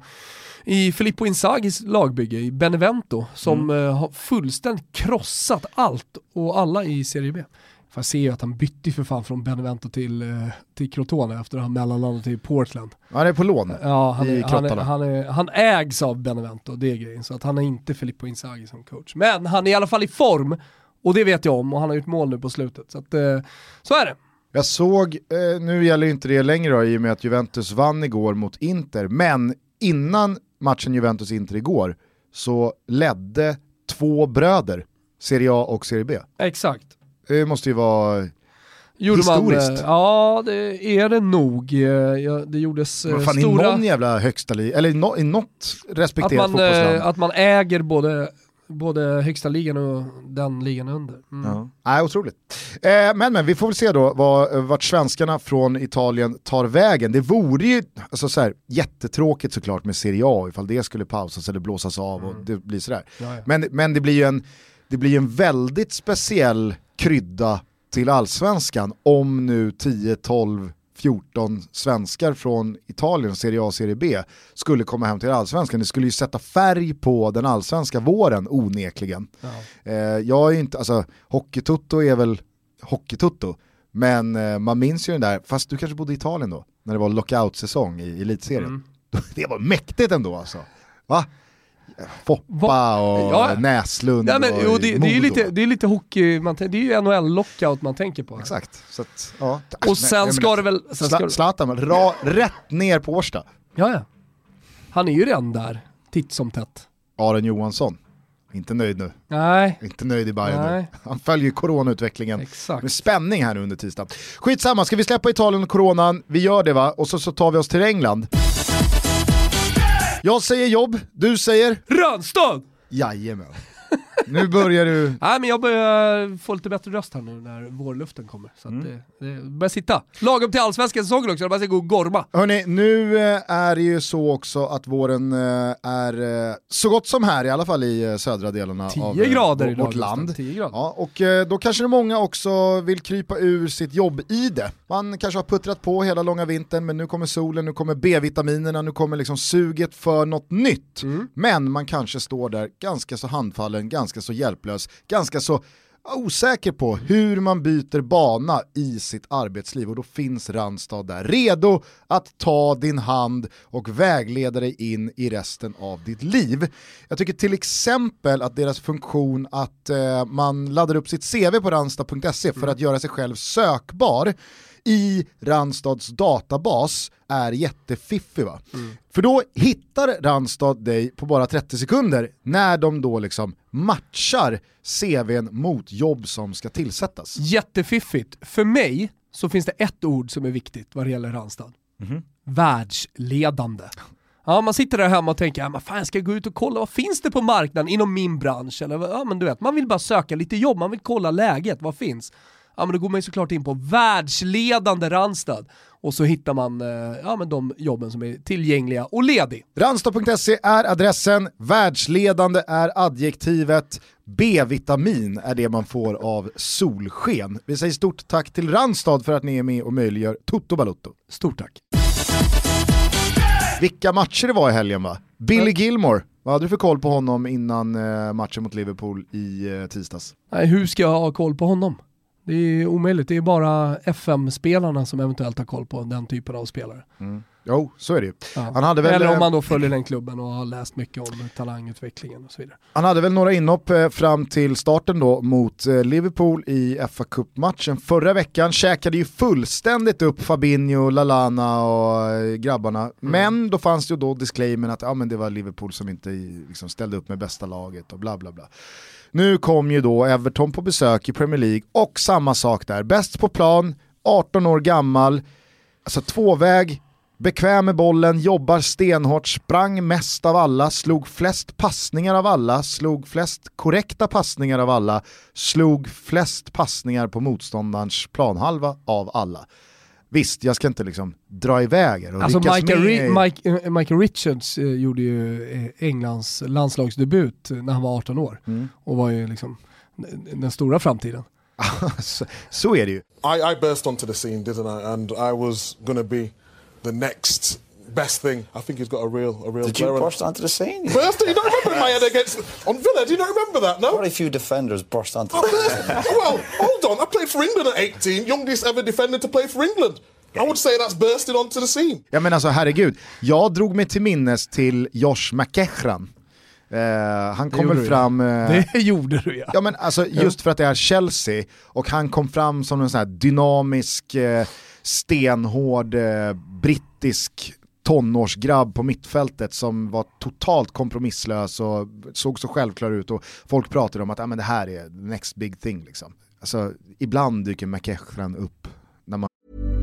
B: i Filippo Inzagis lagbygge i Benevento som
A: Mm.
B: uh, har fullständigt krossat allt och alla i Serie B. För jag ser ju att han bytte för fan från Benevento till, uh, till Crotone efter att han mellanlandat till Portland.
A: Ja, det är på lån.
B: Ja, han,
A: I
B: är, han, är,
A: Krottala.
B: han, är, han ägs av Benevento, det är grejen. Så att han är inte Filippo Inzaghi som coach. Men han är i alla fall i form och det vet jag om och han har gjort mål nu på slutet. Så, att, uh, så är det.
A: Jag såg, eh, nu gäller inte det längre då, i och med att Juventus vann igår mot Inter, men innan matchen Juventus-Inter igår så ledde två bröder, Serie A och Serie B.
B: Exakt.
A: Det måste ju vara
B: Gjorde man,
A: historiskt.
B: eh, ja, det är det nog. Eh, ja, det gjordes eh,
A: Vad fan,
B: stora...
A: i någon jävla högsta li- eller i, no- i något respekterat
B: att man,
A: fotbollsland.
B: eh, att man äger både, både högsta ligan och den ligan under. Mm.
A: Ja. Nej, otroligt. Eh, men, men vi får väl se då vad, vart svenskarna från Italien tar vägen. Det vore ju alltså, så här, jättetråkigt såklart med Serie A ifall det skulle pausas eller blåsas av
B: Mm.
A: och det blir sådär.
B: Ja, ja.
A: Men, men det blir ju en, det blir en väldigt speciell krydda till allsvenskan om nu tio, tolv, fjorton svenskar från Italien, Serie A och Serie B skulle komma hem till allsvenskan. Det skulle ju sätta färg på den allsvenska våren onekligen.
B: Ja.
A: Eh, jag är inte, alltså hockeytutto är väl hockeytutto, men eh, man minns ju den där, fast du kanske bodde i Italien då, när det var lockout-säsong i elitserien.
B: Mm.
A: Det var mäktigt ändå alltså. Va? Foppa
B: Va?
A: och
B: Ja.
A: Näslund
B: Ja, men,
A: och
B: jo, det, det, är ju
A: Modo.
B: lite, det är lite hockey, man, det är ju N H L-lockout man tänker på.
A: Exakt. Så att, ja.
B: Och sen
A: Nej, jag
B: ska
A: menar,
B: det väl... Sen ska
A: Sla,
B: det,
A: Zlatan, men ra, rätt ner på Årsta.
B: ja, ja. Han är ju redan där, titt som tätt.
A: Aron Johansson, inte nöjd nu.
B: Nej,
A: Inte nöjd i Bayern nu.
B: Nej.
A: Han följer ju coronautvecklingen
B: exakt.
A: med spänning här nu under tisdag. Skitsamma, ska vi släppa Italien och coronan? Vi gör det va? Och så, så tar vi oss till England. Jag säger jobb, du säger?
B: Rönnstad!
A: Jajamän. Nu börjar du...
B: Nej, men jag börjar få lite bättre röst här nu när vårluften kommer. Så att
A: Mm.
B: det, det börjar sitta. Lagom till allsvenska säsongen också, jag bara ska gå och gorma.
A: Hörrni, nu eh, är det ju så också att våren eh, är eh, så gott som här, i alla fall i eh, södra delarna
B: tio
A: av eh,
B: grader
A: vårt
B: idag,
A: land.
B: tio grader.
A: Ja, och eh, då kanske det många också vill krypa ur sitt jobb i det. Man kanske har puttrat på hela långa vintern, men nu kommer solen, nu kommer B-vitaminerna, nu kommer liksom suget för något nytt.
B: Mm.
A: Men man kanske står där ganska så handfallen, ganska så hjälplös, ganska så osäker på hur man byter bana i sitt arbetsliv, och då finns Randstad där redo att ta din hand och vägleda dig in i resten av ditt liv. Jag tycker till exempel att deras funktion att eh, man laddar upp sitt C V på randstad punkt se för att göra sig själv sökbar i Randstads databas är jättefiffig, va? Mm. För då hittar Randstad dig på bara trettio sekunder när de då liksom matchar C V:n mot jobb som ska tillsättas.
B: Jättefiffigt. För mig så finns det ett ord som är viktigt vad det gäller Randstad. Mm-hmm. Världsledande. Ja, man sitter där hemma och tänker, ja, men fan, jag ska gå ut och kolla vad finns det på marknaden inom min bransch. Eller, ja, men du vet, man vill bara söka lite jobb, man vill kolla läget, vad finns. Ja, men då går man ju såklart in på världsledande Randstad. Och så hittar man ja, men de jobben som är tillgängliga och ledig.
A: Randstad punkt se är adressen, världsledande är adjektivet, B-vitamin är det man får av solsken. Vi säger stort tack till Randstad för att ni är med och möjliggör Toto Balotto.
B: Stort tack.
A: Vilka matcher det var i helgen, va? Billy Gilmore, vad hade du för koll på honom innan eh, matchen mot Liverpool i eh, tisdags?
B: Nej, hur ska jag ha koll på honom? Det är omöjligt, det är bara F M-spelarna som eventuellt har koll på den typen av spelare.
A: Mm. Jo, så är det ju.
B: Ja.
A: Han hade väl,
B: Eller om man då följer den klubben och har läst mycket om talangutvecklingen och så vidare.
A: Han hade väl några inhopp eh, fram till starten då mot eh, Liverpool i F A Cup-matchen förra veckan. Käkade ju fullständigt upp Fabinho, Lallana och eh, grabbarna. Mm. Men då fanns det ju då disclaimen att ja, men det var Liverpool som inte liksom, ställde upp med bästa laget och bla bla bla. Nu kom ju då Everton på besök i Premier League och samma sak där. Bäst på plan, arton år gammal, alltså tvåväg, bekväm med bollen, jobbar stenhårt, sprang mest av alla, slog flest passningar av alla, slog flest korrekta passningar av alla, slog flest passningar på motståndarens planhalva av alla. Visst, jag ska inte liksom dra iväg och
B: alltså Michael,
A: med...
B: Ri- Mike, Michael Richards eh, gjorde ju eh, Englands landslagsdebut när han var arton år mm. och var ju liksom den stora framtiden.
A: så, så är det ju.
E: I, I burst onto the scene, didn't I? And I was gonna be the next best thing. I think he's got a real, a real.
F: Did you burst onto the scene?
E: Burst? You don't remember my head against on Villa? Do you not remember that? No.
F: Very few defenders burst onto.
E: I the scene. Well, hold on. I played for England at eighteen. Youngest ever defender to play for England. I would say that's bursting onto the scene.
A: Ja, men alltså herregud. Jag drog mig till minnes till Josh McEachran. Uh, han kommer fram... Uh,
B: det gjorde du, ja.
A: Ja, men alltså just för att det är Chelsea och han kom fram som en sån här dynamisk, uh, stenhård, uh, brittisk tonårsgrabb på mittfältet som var totalt kompromisslös och såg så självklar ut och folk pratade om att ah, men det här är the next big thing liksom. Alltså ibland dyker McEachran upp när man...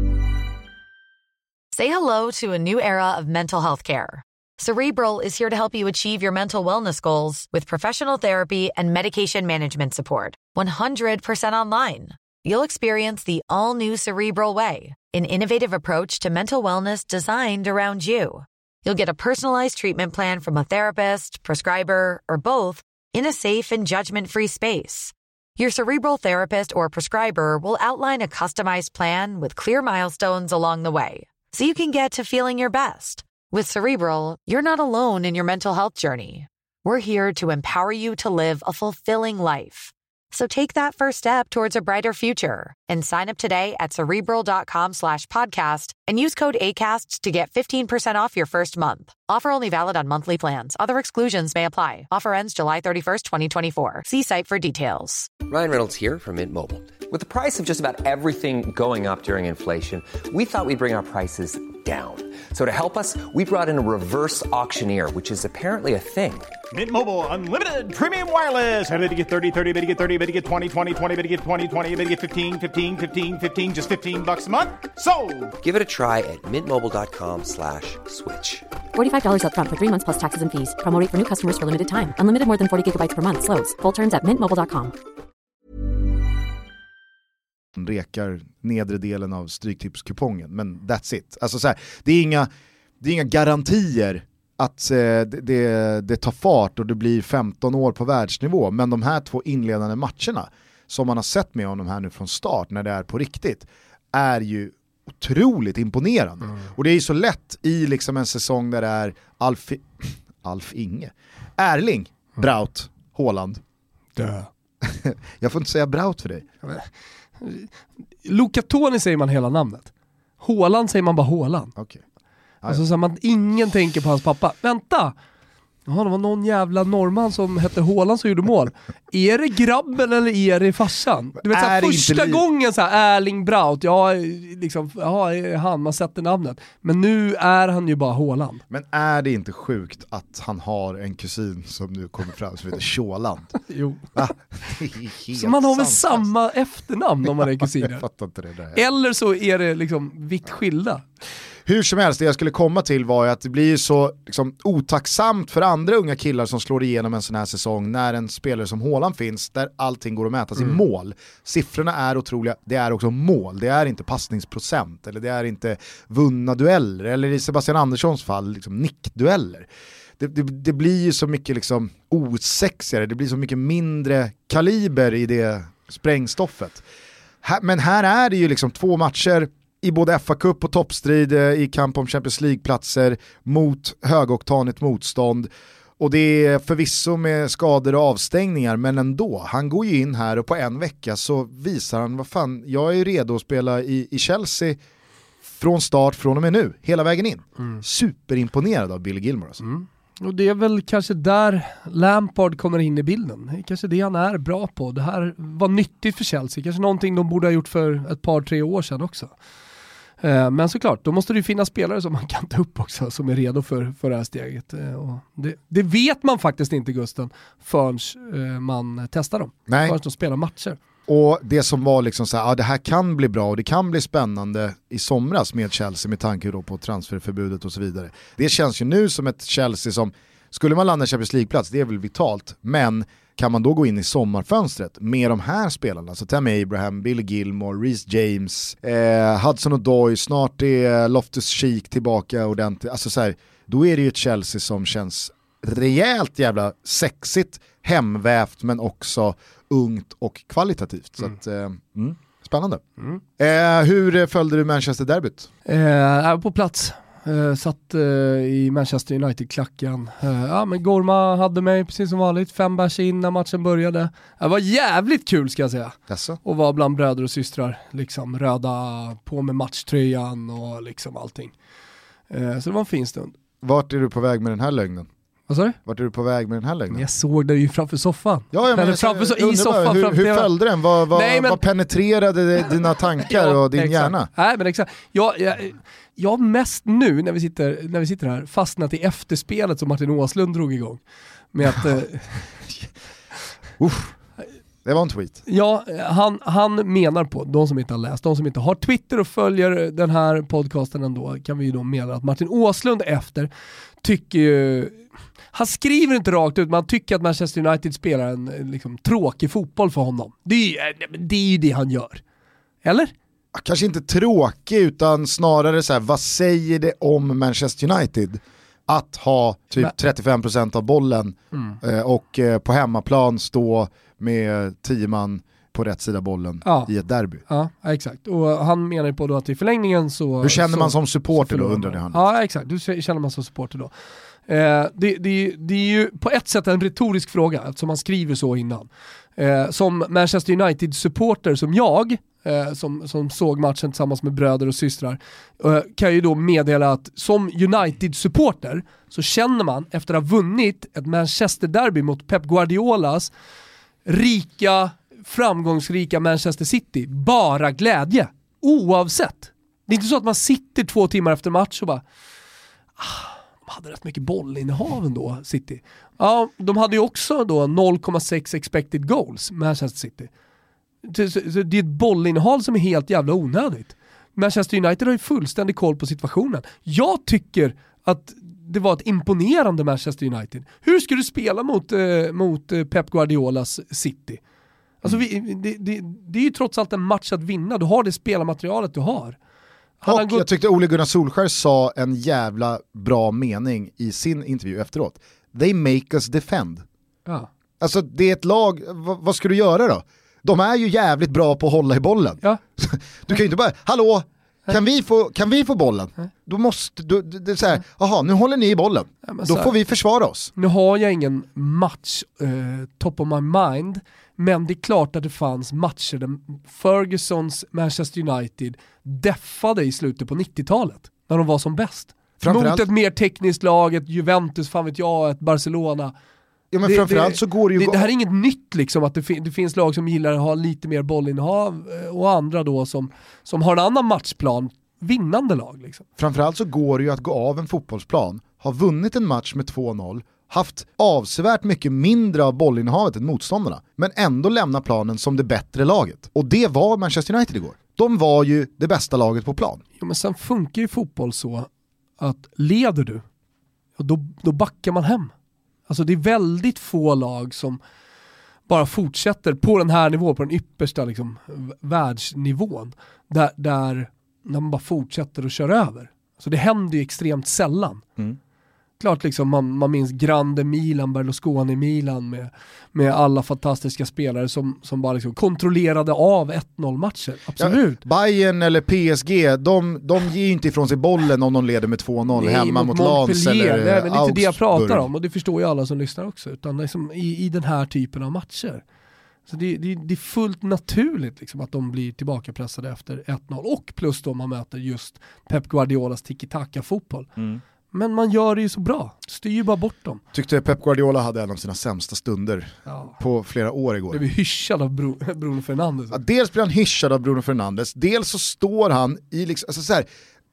G: Say hello to a new era of mental health care. Cerebral is here to help you achieve your mental wellness goals with professional therapy and medication management support. one hundred percent online. You'll experience the all-new Cerebral Way, an innovative approach to mental wellness designed around you. You'll get a personalized treatment plan from a therapist, prescriber, or both in a safe and judgment-free space. Your Cerebral therapist or prescriber will outline a customized plan with clear milestones along the way, so you can get to feeling your best. With Cerebral, you're not alone in your mental health journey. We're here to empower you to live a fulfilling life. So take that first step towards a brighter future and sign up today at Cerebral.com slash podcast and use code ACAST to get fifteen percent off your first month. Offer only valid on monthly plans. Other exclusions may apply. Offer ends July thirty-first, twenty twenty-four. See site for details.
H: Ryan Reynolds here from Mint Mobile. With the price of just about everything going up during inflation, we thought we'd bring our prices down. So to help us, we brought in a reverse auctioneer, which is apparently a thing.
I: Mint Mobile Unlimited Premium Wireless. How to get thirty, thirty, bit to get thirty, bit to get twenty, twenty, twenty, bit to get twenty, twenty, bit to get fifteen, fifteen, fifteen, fifteen, just fifteen bucks a month? Sold!
H: Give it a try at mintmobile.com slash switch.
J: forty-five dollars up front for three months plus taxes and fees. Promo rate for new customers for limited time. Unlimited more than forty gigabytes per month. Slows full terms at mint mobile dot com.
A: Rekar nedre delen av stryktipskupongen, men that's it. Alltså så här, det är inga, det är inga garantier att eh, det, det, det tar fart och det blir femton år på världsnivå, men de här två inledande matcherna som man har sett med honom här nu från start när det är på riktigt är ju otroligt imponerande. Mm. Och det är ju så lätt i liksom en säsong där det är Alf, Alf Inge, Erling, Braut, Haaland.
B: Dö.
A: Jag får inte säga Braut för dig.
B: Luca Toni säger man hela namnet. Haaland säger man bara Haaland.
A: Okay.
B: Alltså så man ingen tänker på hans pappa. Vänta. Ja, det var någon jävla norrman som hette Haaland som gjorde mål. Är det grabben eller är det farsan? Du vet, så här, första gången så här, Erling Braut, ja, liksom, ja, är han, man sätter namnet. Men nu är han ju bara Haaland.
A: Men är det inte sjukt att han har en kusin som nu kommer fram som heter Sjåland?
B: Jo.
A: Ah,
B: så man har väl samma efternamn om man är kusiner?
A: Jag fattar inte det där.
B: Eller så är det liksom vitt skilda.
A: Hur som helst, det jag skulle komma till var att det blir så liksom, otacksamt för andra unga killar som slår igenom en sån här säsong när en spelare som Haaland finns där allting går att mätas mm. i mål. Siffrorna är otroliga, det är också mål, det är inte passningsprocent eller det är inte vunna dueller eller i Sebastian Anderssons fall liksom nickdueller. Det, det, det blir ju så mycket liksom osexigare, det blir så mycket mindre kaliber i det sprängstoffet. Här, men här är det ju liksom två matcher i både F A-cup och toppstrid i kamp om Champions League-platser mot högoktanigt motstånd. Och det är förvisso med skador och avstängningar, men ändå. Han går ju in här och på en vecka så visar han, vad fan, jag är redo att spela i, i Chelsea från start från och med nu, hela vägen in. Mm. Superimponerad av Billy Gilmour. Alltså.
B: Mm. Och det är väl kanske där Lampard kommer in i bilden. Det är kanske det han är bra på. Det här var nyttigt för Chelsea. Kanske någonting de borde ha gjort för ett par, tre år sedan också. Men såklart, då måste det ju finnas spelare som man kan ta upp också, som är redo för, för det här steget. Och det, det vet man faktiskt inte, Gusten, förrän man testar dem.
A: Nej.
B: Förrän de spelar matcher.
A: Och det som var liksom så här, ja, det här kan bli bra och det kan bli spännande i somras med Chelsea med tanke då på transferförbudet och så vidare. Det känns ju nu som ett Chelsea som, skulle man landa i Champions League-plats, det är väl vitalt, men kan man då gå in i sommarfönstret med de här spelarna, så Tammy Abraham, Billy Gilmour, Reece James, eh, Hudson Odoi, snart är Loftus-Cheek tillbaka ordentligt, alltså så här, då är det ju ett Chelsea som känns rejält jävla sexigt, hemvävt men också ungt och kvalitativt. Så
B: mm.
A: att, eh, mm, spännande. Mm. Eh, hur följde du Manchester-derbyt?
B: Eh, jag var på plats. Uh, satt uh, i Manchester United-klacken. Uh, ja, men Gorma hade mig precis som vanligt. Fem bärs in när matchen började. Det var jävligt kul, ska jag säga.
A: Jaså?
B: Och var bland bröder och systrar. Liksom röda, på med matchtröjan och liksom allting. Uh, så det var en fin stund.
A: Vart är du på väg med den här lögnen?
B: Vad sa du?
A: Vart är du på väg med den här lögnen?
B: Jag såg det ju framför soffan.
A: Ja, ja, men
B: Eller framför så, i soffan.
A: Hur, hur följde den? Vad, vad,
B: Nej, men...
A: vad penetrerade dina tankar ja, och din
B: exakt.
A: hjärna?
B: Nej, men exakt. Jag, jag, jag mest nu när vi, sitter, när vi sitter här fastnat i efterspelet som Martin Åslund drog igång. Med att... eh...
A: Uff. Det var en tweet.
B: Ja, han, han menar på, de som inte har läst, de som inte har Twitter och följer den här podcasten ändå, kan vi ju då mena att Martin Åslund efter tycker ju, han skriver inte rakt ut, men han tycker att Manchester United spelar en liksom, tråkig fotboll för honom. Det är, ju, det är ju det han gör. Eller?
A: Kanske inte tråkig, utan snarare så här, vad säger det om Manchester United att ha typ trettiofem procent av bollen mm. och på hemmaplan stå med tio man på rätt sida bollen ja. i ett derby.
B: Ja, exakt. Och han menar ju på då att i förlängningen så...
A: Hur känner
B: så,
A: man som supporter då, undrar han?
B: Ja, exakt. Hur känner man som supporter då? Eh, det, det, det är ju på ett sätt en retorisk fråga, eftersom man skriver så innan. Eh, som Manchester United-supporter som jag, eh, som, som såg matchen tillsammans med bröder och systrar, eh, kan ju då meddela att som United-supporter så känner man efter att ha vunnit ett Manchester-derby mot Pep Guardiolas rika, framgångsrika Manchester City bara glädje, oavsett. Det är inte så att man sitter två timmar efter match och bara ah, de hade rätt mycket bollinnehav ändå, City. Ja, de hade ju också då noll komma sex expected goals, Manchester City. Så, så, så det är ett bollinnehav som är helt jävla onödigt. Manchester United har ju fullständig koll på situationen. Jag tycker att det var ett imponerande Manchester United. Hur ska du spela mot, eh, mot Pep Guardiolas City? Alltså vi, det, det, det är ju trots allt en match att vinna. Du har det spelarmaterialet du har.
A: Och gått... jag tyckte Ole Gunnar Solskjær sa en jävla bra mening i sin intervju efteråt. They make us defend.
B: Ja.
A: Alltså det är ett lag, v- vad ska du göra då? De är ju jävligt bra på att hålla i bollen.
B: Ja.
A: Du kan ju inte bara, hallå, kan vi få, kan vi få bollen? Då måste, du, det är så här, jaha, nu håller ni i bollen. Ja, då får vi försvara oss.
B: Nu har jag ingen match eh, top of my mind, men det är klart att det fanns matcher där Fergusons Manchester United deffade i slutet på nittiotalet, när de var som bäst. Mot ett mer tekniskt lag, ett Juventus, fan vet jag, ett Barcelona.
A: Ja, men
B: det,
A: framförallt
B: det,
A: så går det ju...
B: Det, det här är inget nytt liksom, att det, fin- det finns lag som gillar att ha lite mer bollinnehav och andra då som, som har en annan matchplan, vinnande lag liksom.
A: Framförallt så går det ju att gå av en fotbollsplan, ha vunnit en match med två noll, haft avsevärt mycket mindre av bollinnehavet än motståndarna, men ändå lämna planen som det bättre laget. Och det var Manchester United igår. De var ju det bästa laget på plan.
B: Ja, men sen funkar ju fotboll så att leder du, då, då backar man hem. Alltså det är väldigt få lag som bara fortsätter på den här nivån, på den yppersta liksom, världsnivån, där, där när man bara fortsätter att köra över. Så det händer ju extremt sällan. Mm. Klart liksom man, man minns Grande Milan, Berlusconi Milan med, med alla fantastiska spelare som, som bara liksom kontrollerade av ett noll matcher. Absolut.
A: Ja, Bayern eller P S G, de, de ger ju inte ifrån sig bollen om de leder med två noll hemma mot Lens eller
B: det är väl inte det jag pratar
A: Augsburg.
B: om, och det förstår ju alla som lyssnar också, utan liksom i, i den här typen av matcher. Så det, det, det är fullt naturligt liksom att de blir tillbakapressade efter ett noll, och plus då man möter just Pep Guardiolas tiki-taka-fotboll. Mm. Men man gör det ju så bra, styr ju bara bort dem.
A: Tyckte Pep Guardiola hade en av sina sämsta stunder ja. på flera år igår.
B: Det blev hyschad av Bru- Bruno Fernandes.
A: Ja, dels blir han hyschad av Bruno Fernandes, dels så står han i liksom, alltså så här,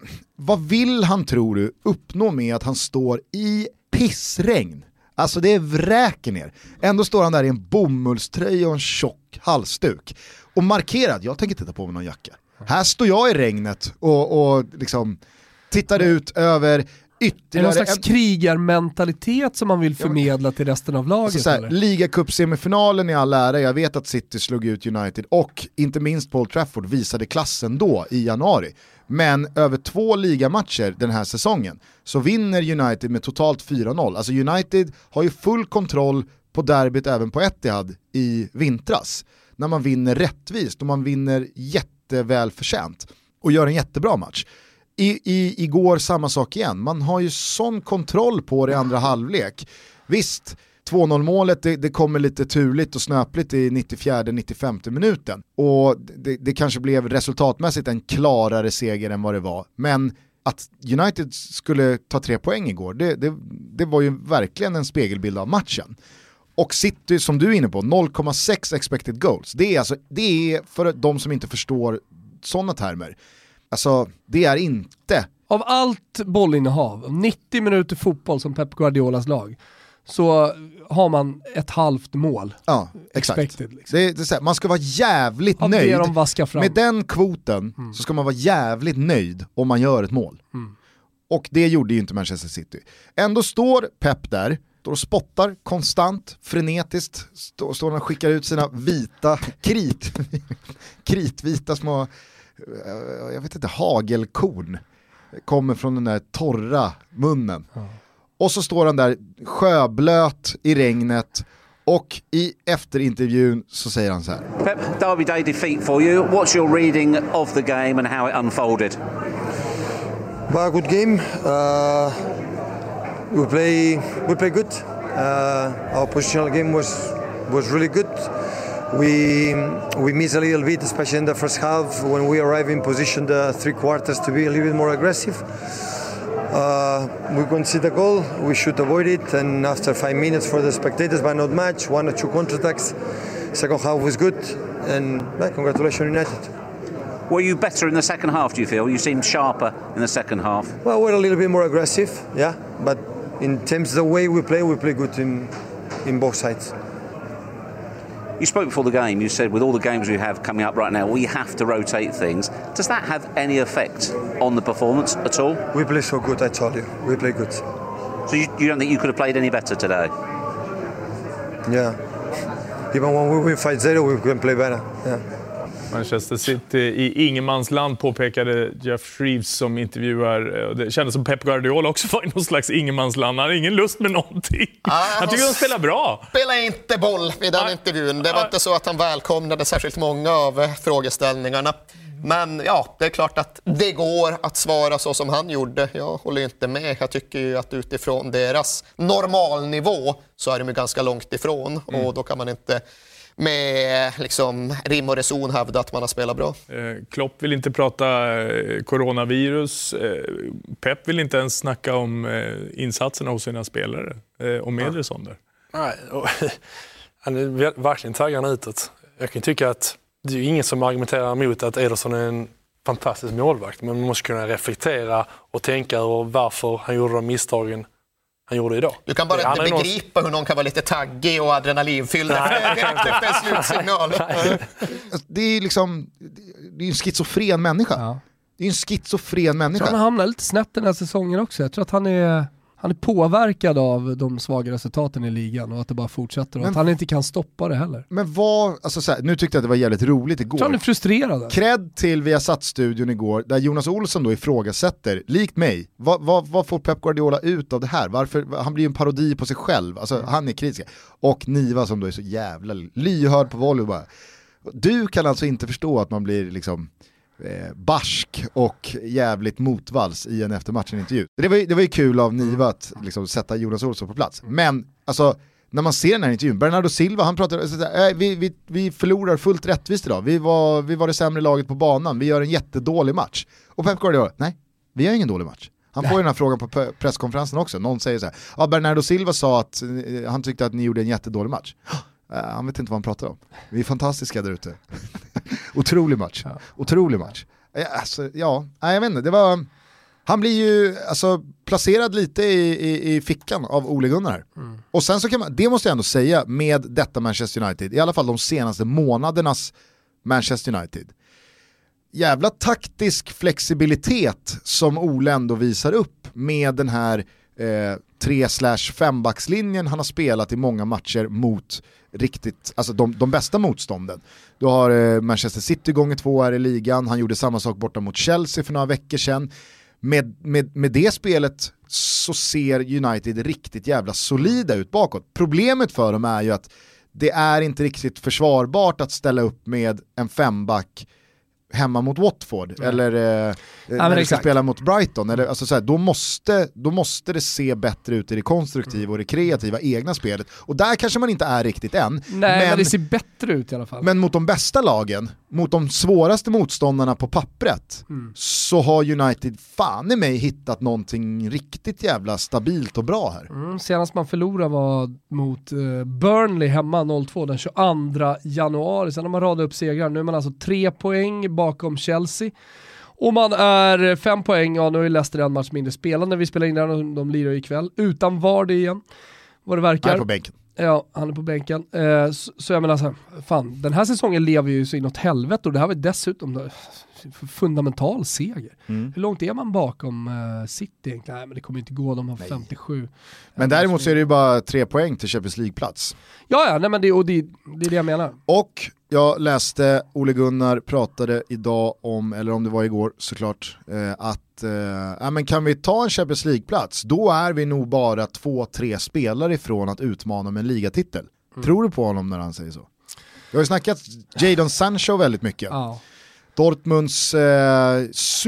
A: vad vill han, tror du, uppnå med att han står i pissregn? Alltså det är vräker ner. Ändå står han där i en bomullströja och en tjock halsduk. Och markerad, jag tänker inte ta på mig någon jacka. Här står jag i regnet och, och liksom tittar ut över ytterligare...
B: Är det någon slags en... krigarmentalitet som man vill förmedla till resten av laget?
A: Så så här, Liga-cup-semifinalen i all ära, jag vet att City slog ut United och inte minst Paul Trafford visade klassen då i januari. Men över två ligamatcher den här säsongen så vinner United med totalt fyra noll. Alltså United har ju full kontroll på derbyt även på Etihad i vintras. När man vinner rättvist och man vinner jätteväl förtjänt och gör en jättebra match. I, i, igår samma sak igen. Man har ju sån kontroll på det i andra halvlek. Visst, två noll målet det, det kommer lite turligt och snöpligt i nittiofjärde nittiofemte minuten. Och det, det kanske blev resultatmässigt en klarare seger än vad det var. Men att United skulle ta tre poäng igår, det, det, det var ju verkligen en spegelbild av matchen. Och City, som du är inne på, noll komma sex expected goals. Det är, alltså, det är för de som inte förstår sådana termer. Alltså, det är inte...
B: Av allt bollinnehav, nittio minuter fotboll som Pep Guardiolas lag, så har man ett halvt mål.
A: Ja, exakt.
B: Expected, liksom.
A: det, det är så här, man ska vara jävligt
B: av
A: nöjd.
B: De
A: med den kvoten mm. så ska man vara jävligt nöjd om man gör ett mål. Mm. Och det gjorde ju inte Manchester City. Ändå står Pep där, står och spottar konstant, frenetiskt, står, står och skickar ut sina vita, krit, kritvita små... jag vet inte, hagelkorn kommer från den där torra munnen. Ja. Och så står han där sjöblöt i regnet och i efterintervjun så säger han så här:
K: Pep, Derby Day defeat for you. What's your reading of the game and how it unfolded?
L: Well, a good game. Uh, we play we play good. Uh, our positional game was was really good. We we miss a little bit, especially in the first half when we arrive in position the three quarters to be a little bit more aggressive. Uh, we concede a goal, we should avoid it, and after five minutes for the spectators, but not much, one or two counterattacks. Second half was good, and well, congratulations United.
K: Were you better in the second half, do you feel? You seemed sharper in the second half.
L: Well, we're a little bit more aggressive, yeah, but in terms of the way we play, we play good in in both sides.
K: You spoke before the game, you said with all the games we have coming up right now, we have to rotate things. Does that have any effect on the performance at all?
L: We play so good, I told you. We play good.
K: So you, you don't think you could have played any better today?
L: Yeah. Even when we win five zero, we can play better. Yeah.
M: Manchester City i ingenmansland, påpekade Jeff Shreves som intervjuar. Det kändes som Pep Guardiola också var i någon slags ingenmansland. Han hade ingen lust med någonting. Ah, han tycker de spelar bra.
N: Spelar inte boll vid den ah, intervjun. Det var ah, inte så att han välkomnade särskilt många av frågeställningarna. Men ja, det är klart att det går att svara så som han gjorde. Jag håller inte med. Jag tycker ju att utifrån deras normalnivå så är de ju ganska långt ifrån. Mm. Och då kan man inte med liksom, rim och reson hävda att man har spelat bra.
M: Eh, Klopp vill inte prata eh, coronavirus. Eh, Pep vill inte ens snacka om eh, insatserna hos sina spelare. Eh, och med ja. Sånt där.
O: Nej, och, han är verkligen taggarna utåt. Jag kan tycka att det är ingen som argumenterar emot att Ederson är en fantastisk målvakt. Men man måste kunna reflektera och tänka över varför han gjorde de misstagen han gjorde idag.
N: Du kan bara inte begripa någon... hur någon kan vara lite taggig och adrenalinfylld efter en slutsignal.
A: Det är liksom det är en schizofren människa. Ja. Det är en schizofren människa.
B: Han hamnar lite snett den här säsongen också. Jag tror att han är han är påverkad av de svaga resultaten i ligan och att det bara fortsätter och men, att han inte kan stoppa det heller.
A: Men vad, alltså så här, nu tyckte jag att det var jävligt roligt igår.
B: Jag tror han är frustrerad.
A: Cred till Viasat-studion igår där Jonas Olsson då ifrågasätter, likt mig, vad, vad, vad får Pep Guardiola ut av det här? Varför, han blir ju en parodi på sig själv, alltså mm. han är kritisk. Och Niva som då är så jävla lyhörd på volley bara. Du kan alltså inte förstå att man blir liksom Eh, barsk och jävligt motvalls i en eftermatchen-intervju. Det var, det var ju kul av Niva att liksom, sätta Jonas Olsson på plats. Men alltså, när man ser den här intervjun, Bernardo Silva, han pratar äh, vi, vi, vi förlorar fullt rättvist idag. Vi var, vi var det sämre laget på banan. Vi gör en jättedålig match. Och Pep Guardiola, nej, vi har ingen dålig match. Han får ju den här frågan på presskonferensen också. Någon säger så här, ja, Bernardo Silva sa att eh, han tyckte att ni gjorde en jättedålig match. Uh, han vet inte vad han pratar om. Vi är fantastiska där ute. Otrolig match. Ja. Otrolig match. Uh, alltså, ja, uh, jag vet inte. Det var, han blir ju alltså, placerad lite i, i, i fickan av Ole Gunnar här. Mm. Och sen så kan man, det måste jag ändå säga med detta Manchester United, i alla fall de senaste månadernas Manchester United. Jävla taktisk flexibilitet som Ole ändå visar upp med den här eh, tre slash fembackslinjen han har spelat i många matcher mot riktigt, alltså de, de bästa motstånden. Du har eh, Manchester City gånger två här i ligan, han gjorde samma sak borta mot Chelsea för några veckor sedan. Med, med, med det spelet så ser United riktigt jävla solida ut bakåt. Problemet för dem är ju att det är inte riktigt försvarbart att ställa upp med en femback hemma mot Watford mm. eller eh, ja, när de ska spela mot Brighton eller, alltså, så här, då, måste, då måste det se bättre ut i det konstruktiva mm. och det kreativa egna spelet och där kanske man inte är riktigt än.
B: Nej, men, men det ser bättre ut i alla fall.
A: Men mot de bästa lagen, mot de svåraste motståndarna på pappret mm. så har United fan i mig hittat någonting riktigt jävla stabilt och bra här.
B: Mm, senast man förlorade var mot uh, Burnley hemma noll två den tjugoandra januari. Sen har man radat upp segrar. Nu är man alltså tre poäng bakom Chelsea. Och man är fem poäng, ja nu är Leicester en match mindre spelande. Vi spelar in där och de lirar ikväll. Utan Vardy igen, vad det verkar.
A: Han är på bänken.
B: Ja, han är på bänken. Eh, så, så jag menar så här, fan, den här säsongen lever ju så inåt helvete och det här var dessutom då, fundamental seger. Mm. Hur långt är man bakom uh, City egentligen? Nej, men det kommer inte gå, de har nej. femtiosju.
A: Men däremot så är det ju bara tre poäng till Champions League-plats.
B: Ja, ja, nej, men det, och det, det är det jag menar.
A: Och jag läste, Ole Gunnar pratade idag om, eller om det var igår såklart, eh, att eh, ja, men kan vi ta en Champions League-plats, då är vi nog bara två, tre spelare ifrån att utmana med en ligatitel. Mm. Tror du på honom när han säger så? Jag har ju snackat Jadon Sancho väldigt mycket.
B: Ja.
A: Dortmunds eh,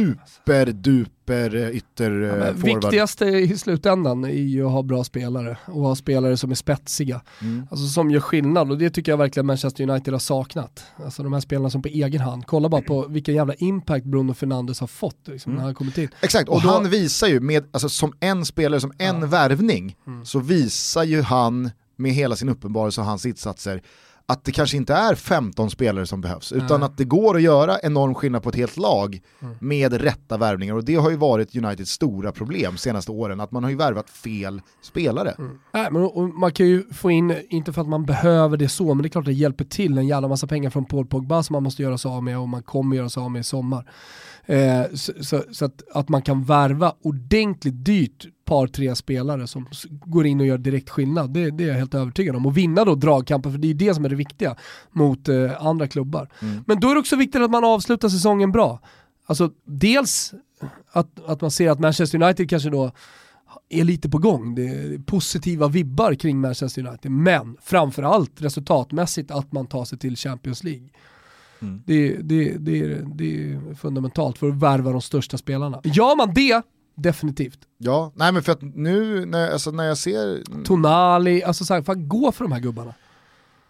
A: superduper ytter eh,
B: ja, viktigaste i slutändan är ju att ha bra spelare och ha spelare som är spetsiga. Mm. Alltså som gör skillnad och det tycker jag verkligen Manchester United har saknat. Alltså de här spelarna som på egen hand. Kolla bara på vilken jävla impact Bruno Fernandes har fått liksom, mm. när han kommit in.
A: Exakt, och, och då... han visar ju med, alltså, som en spelare, som en ja. värvning mm. så visar ju han med hela sin uppenbarelse och hans insatser att det kanske inte är femton spelare som behövs, utan Nej. att det går att göra enorm skillnad på ett helt lag mm. med rätta värvningar, och det har ju varit Uniteds stora problem senaste åren, att man har ju värvat fel spelare.
B: Mm. Nej, men och man kan ju få in, inte för att man behöver det så, men det är klart att det hjälper till en jävla massa pengar från Paul Pogba som man måste göra sig av med och man kommer göra sig av med i sommar. Eh, så så, så att, att man kan värva ordentligt dyrt par, tre spelare som går in och gör direkt skillnad, det, det är jag helt övertygad om. Och vinna då dragkampen, för det är det som är det viktiga mot eh, andra klubbar. Mm. Men då är det också viktigt att man avslutar säsongen bra. Alltså dels att, att man ser att Manchester United kanske då är lite på gång. Det är positiva vibbar kring Manchester United, men framförallt resultatmässigt att man tar sig till Champions League. Mm. Det, det, det, är, det är fundamentalt för att värva de största spelarna. Gör man det, definitivt.
A: Ja, nej men för att nu när, alltså när jag ser...
B: Tonali, alltså så här, fan, gå för de här gubbarna.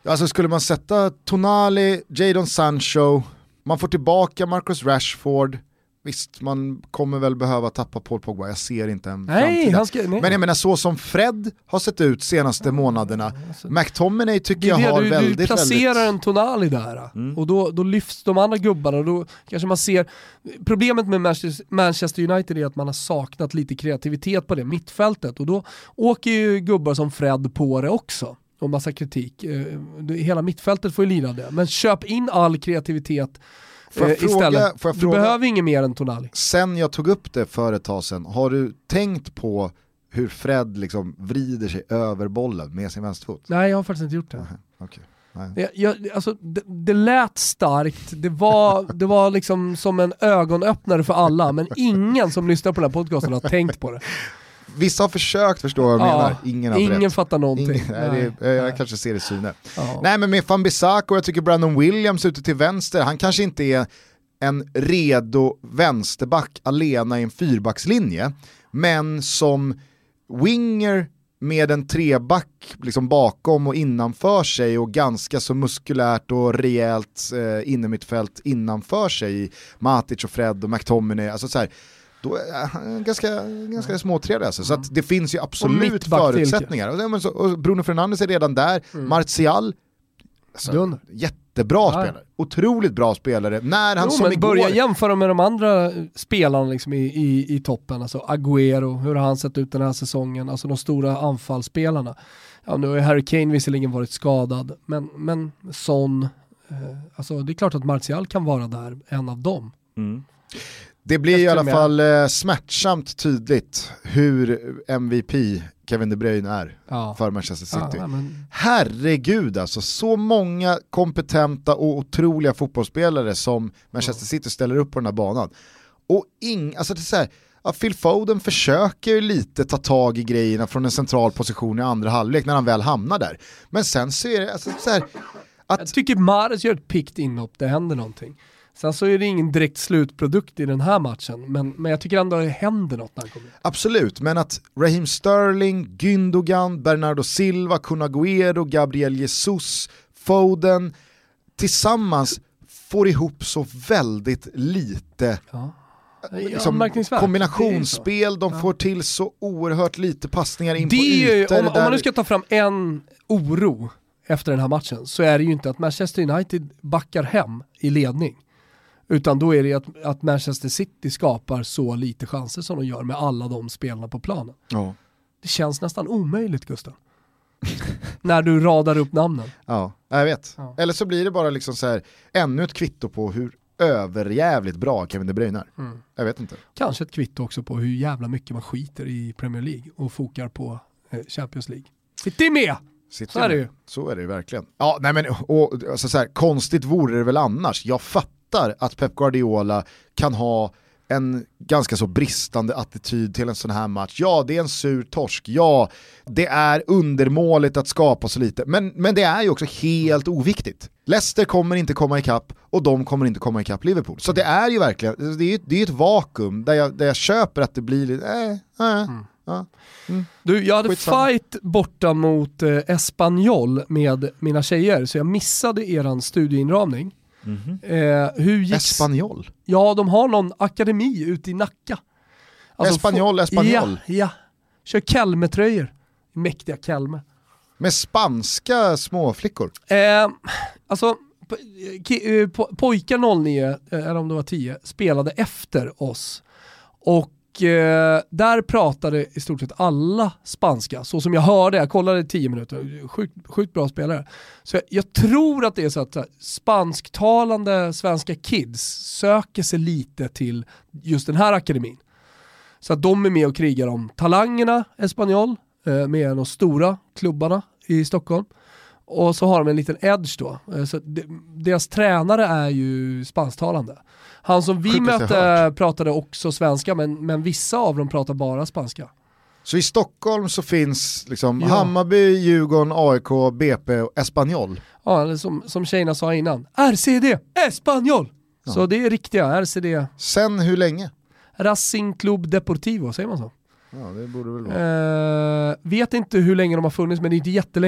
A: Alltså skulle man sätta Tonali, Jadon Sancho, man får tillbaka Marcus Rashford. Visst, man kommer väl behöva tappa Paul Pogba. Jag ser inte en
B: nej,
A: framtid.
B: han ska, nej.
A: Men jag menar, så som Fred har sett ut senaste mm. månaderna. Alltså, McTominay tycker jag
B: det,
A: har
B: du,
A: väldigt,
B: du placerar
A: väldigt...
B: en Tonali där mm. och då, då lyfts de andra gubbarna och då kanske man ser... Problemet med Manchester United är att man har saknat lite kreativitet på det mittfältet och då åker ju gubbar som Fred på det också. Och massa kritik. Hela mittfältet får ju lida det. Men köp in all kreativitet
A: Får jag fråga,
B: istället.
A: får jag
B: du
A: fråga,
B: behöver inget mer än Tonali.
A: Sen jag tog upp det för ett tag sedan, har du tänkt på hur Fred liksom vrider sig över bollen med sin vänsterfot?
B: Nej, jag har faktiskt inte gjort det.
A: Uh-huh. Okay.
B: Jag, jag, alltså, det, det lät starkt, det var, det var liksom som en ögonöppnare för alla, men ingen som lyssnar på den här podcasten har tänkt på det.
A: Vissa har försökt förstå vad jag
B: ja,
A: menar. Ingen har
B: ingen
A: rätt.
B: fattar någonting.
A: Ingen, nej, det, jag
B: nej.
A: kanske ser det i syne.
B: Ja.
A: Nej, men med Van Bissaka och jag tycker Brandon Williams ute till vänster, han kanske inte är en redo vänsterback alena i en fyrbackslinje, men som winger med en treback liksom bakom och innanför sig och ganska så muskulärt och rejält eh, innermittfält innanför sig, Matic och Fred och McTominay, alltså så här, då är han ganska, ganska småtrevlig alltså. Så att det finns ju absolut förutsättningar. Och, så, och Bruno Fernandes är redan där, mm. Martial, alltså, jättebra ja. spelare, otroligt bra spelare. När han jo, som
B: men
A: igår...
B: börja jämföra med de andra spelarna liksom i, i, i toppen, alltså Agüero, hur har han sett ut den här säsongen, alltså de stora anfallsspelarna. Ja, nu har Harry Kane visserligen varit skadad, men, men Son, eh, alltså det är klart att Martial kan vara där, en av dem.
A: Mm. Det blir i alla fall eh, smärtsamt tydligt hur M V P Kevin De Bruyne är ja. för Manchester City.
B: Ja, men...
A: Herregud alltså, så många kompetenta och otroliga fotbollsspelare som Manchester City ställer upp på den här banan. Och ing, alltså det är så här, ja, Phil Foden försöker lite ta tag i grejerna från en central position i andra halvlek när han väl hamnar där. Men sen så är det alltså, så här, att...
B: Jag tycker Mahrez gör ett pikt inhopp, det händer någonting. Sen så är det ingen direkt slutprodukt i den här matchen, men, men jag tycker ändå att det händer något när han kommer.
A: Absolut, men att Raheem Sterling, Gündogan, Bernardo Silva, Kun Agüero, Gabriel Jesus, Foden tillsammans får ihop så väldigt lite
B: ja.
A: liksom, kombinationsspel, de får till så oerhört lite passningar in
B: det
A: på ytor.
B: Om, om man nu ska ta fram en oro efter den här matchen så är det ju inte att Manchester United backar hem i ledning. Utan då är det att, att Manchester City skapar så lite chanser som de gör med alla de spelarna på planen.
A: Ja.
B: Det känns nästan omöjligt, Gustav. När du radar upp namnen.
A: Ja, jag vet.
B: Ja.
A: Eller så blir det bara liksom så här, ännu ett kvitto på hur överjävligt bra Kevin De Bruyne är. Mm. Jag vet inte.
B: Kanske ett kvitto också på hur jävla mycket man skiter i Premier League och fokar på eh, Champions League. City med!
A: Sitter
B: så är det ju.
A: Så är det ju verkligen. Ja, nej men, och, alltså så här, konstigt vore det väl annars. Jag fattar att Pep Guardiola kan ha en ganska så bristande attityd till en sån här match. Ja, det är en sur torsk. Ja, det är undermåligt att skapa så lite. Men, men det är ju också helt oviktigt. Leicester kommer inte komma ikapp och de kommer inte komma ikapp Liverpool. Så det är ju verkligen, det är, det är ett vakuum där jag, där jag köper att det blir lite, äh, äh. Mm. Ja. Mm.
B: Du, jag hade
A: Skitsamma.
B: fight borta mot eh, Espanyol med mina tjejer så jag missade eran studieinramning.
A: Mm-hmm.
B: Eh, hur gick...
A: Espanyol?
B: Ja, de har någon akademi ute i Nacka.
A: Alltså, Espanyol, få... Espanyol?
B: Ja, ja. Kör Kelme-tröjor. Mäktiga Kelme.
A: Med spanska småflickor?
B: Eh, alltså, po- po- pojkar noll nio, eller om det var tio, spelade efter oss. Och Eh, där pratade i stort sett alla spanska, så som jag hörde, jag kollade tio minuter, sjukt, sjukt bra spelare. Så jag, jag tror att det är så att så här, spansktalande svenska kids söker sig lite till just den här akademin. Så att de är med och krigar om talangerna Espanyol, eh, med de stora klubbarna i Stockholm. Och så har de en liten edge då. Så deras tränare är ju spansktalande. Han som vi mötte pratade också svenska, men, men vissa av dem pratar bara spanska.
A: Så i Stockholm så finns liksom ja. Hammarby, Djurgården, A I K, B P och Espanyol.
B: Ja, eller som, som tjejerna sa innan. R C D, Espanyol! Ja. Så det är riktiga R C D.
A: Sen hur länge?
B: Racing Club Deportivo, säger man så?
A: Ja, det borde väl vara.
B: Eh, vet inte hur länge de har funnits, men det är inte jättelänge.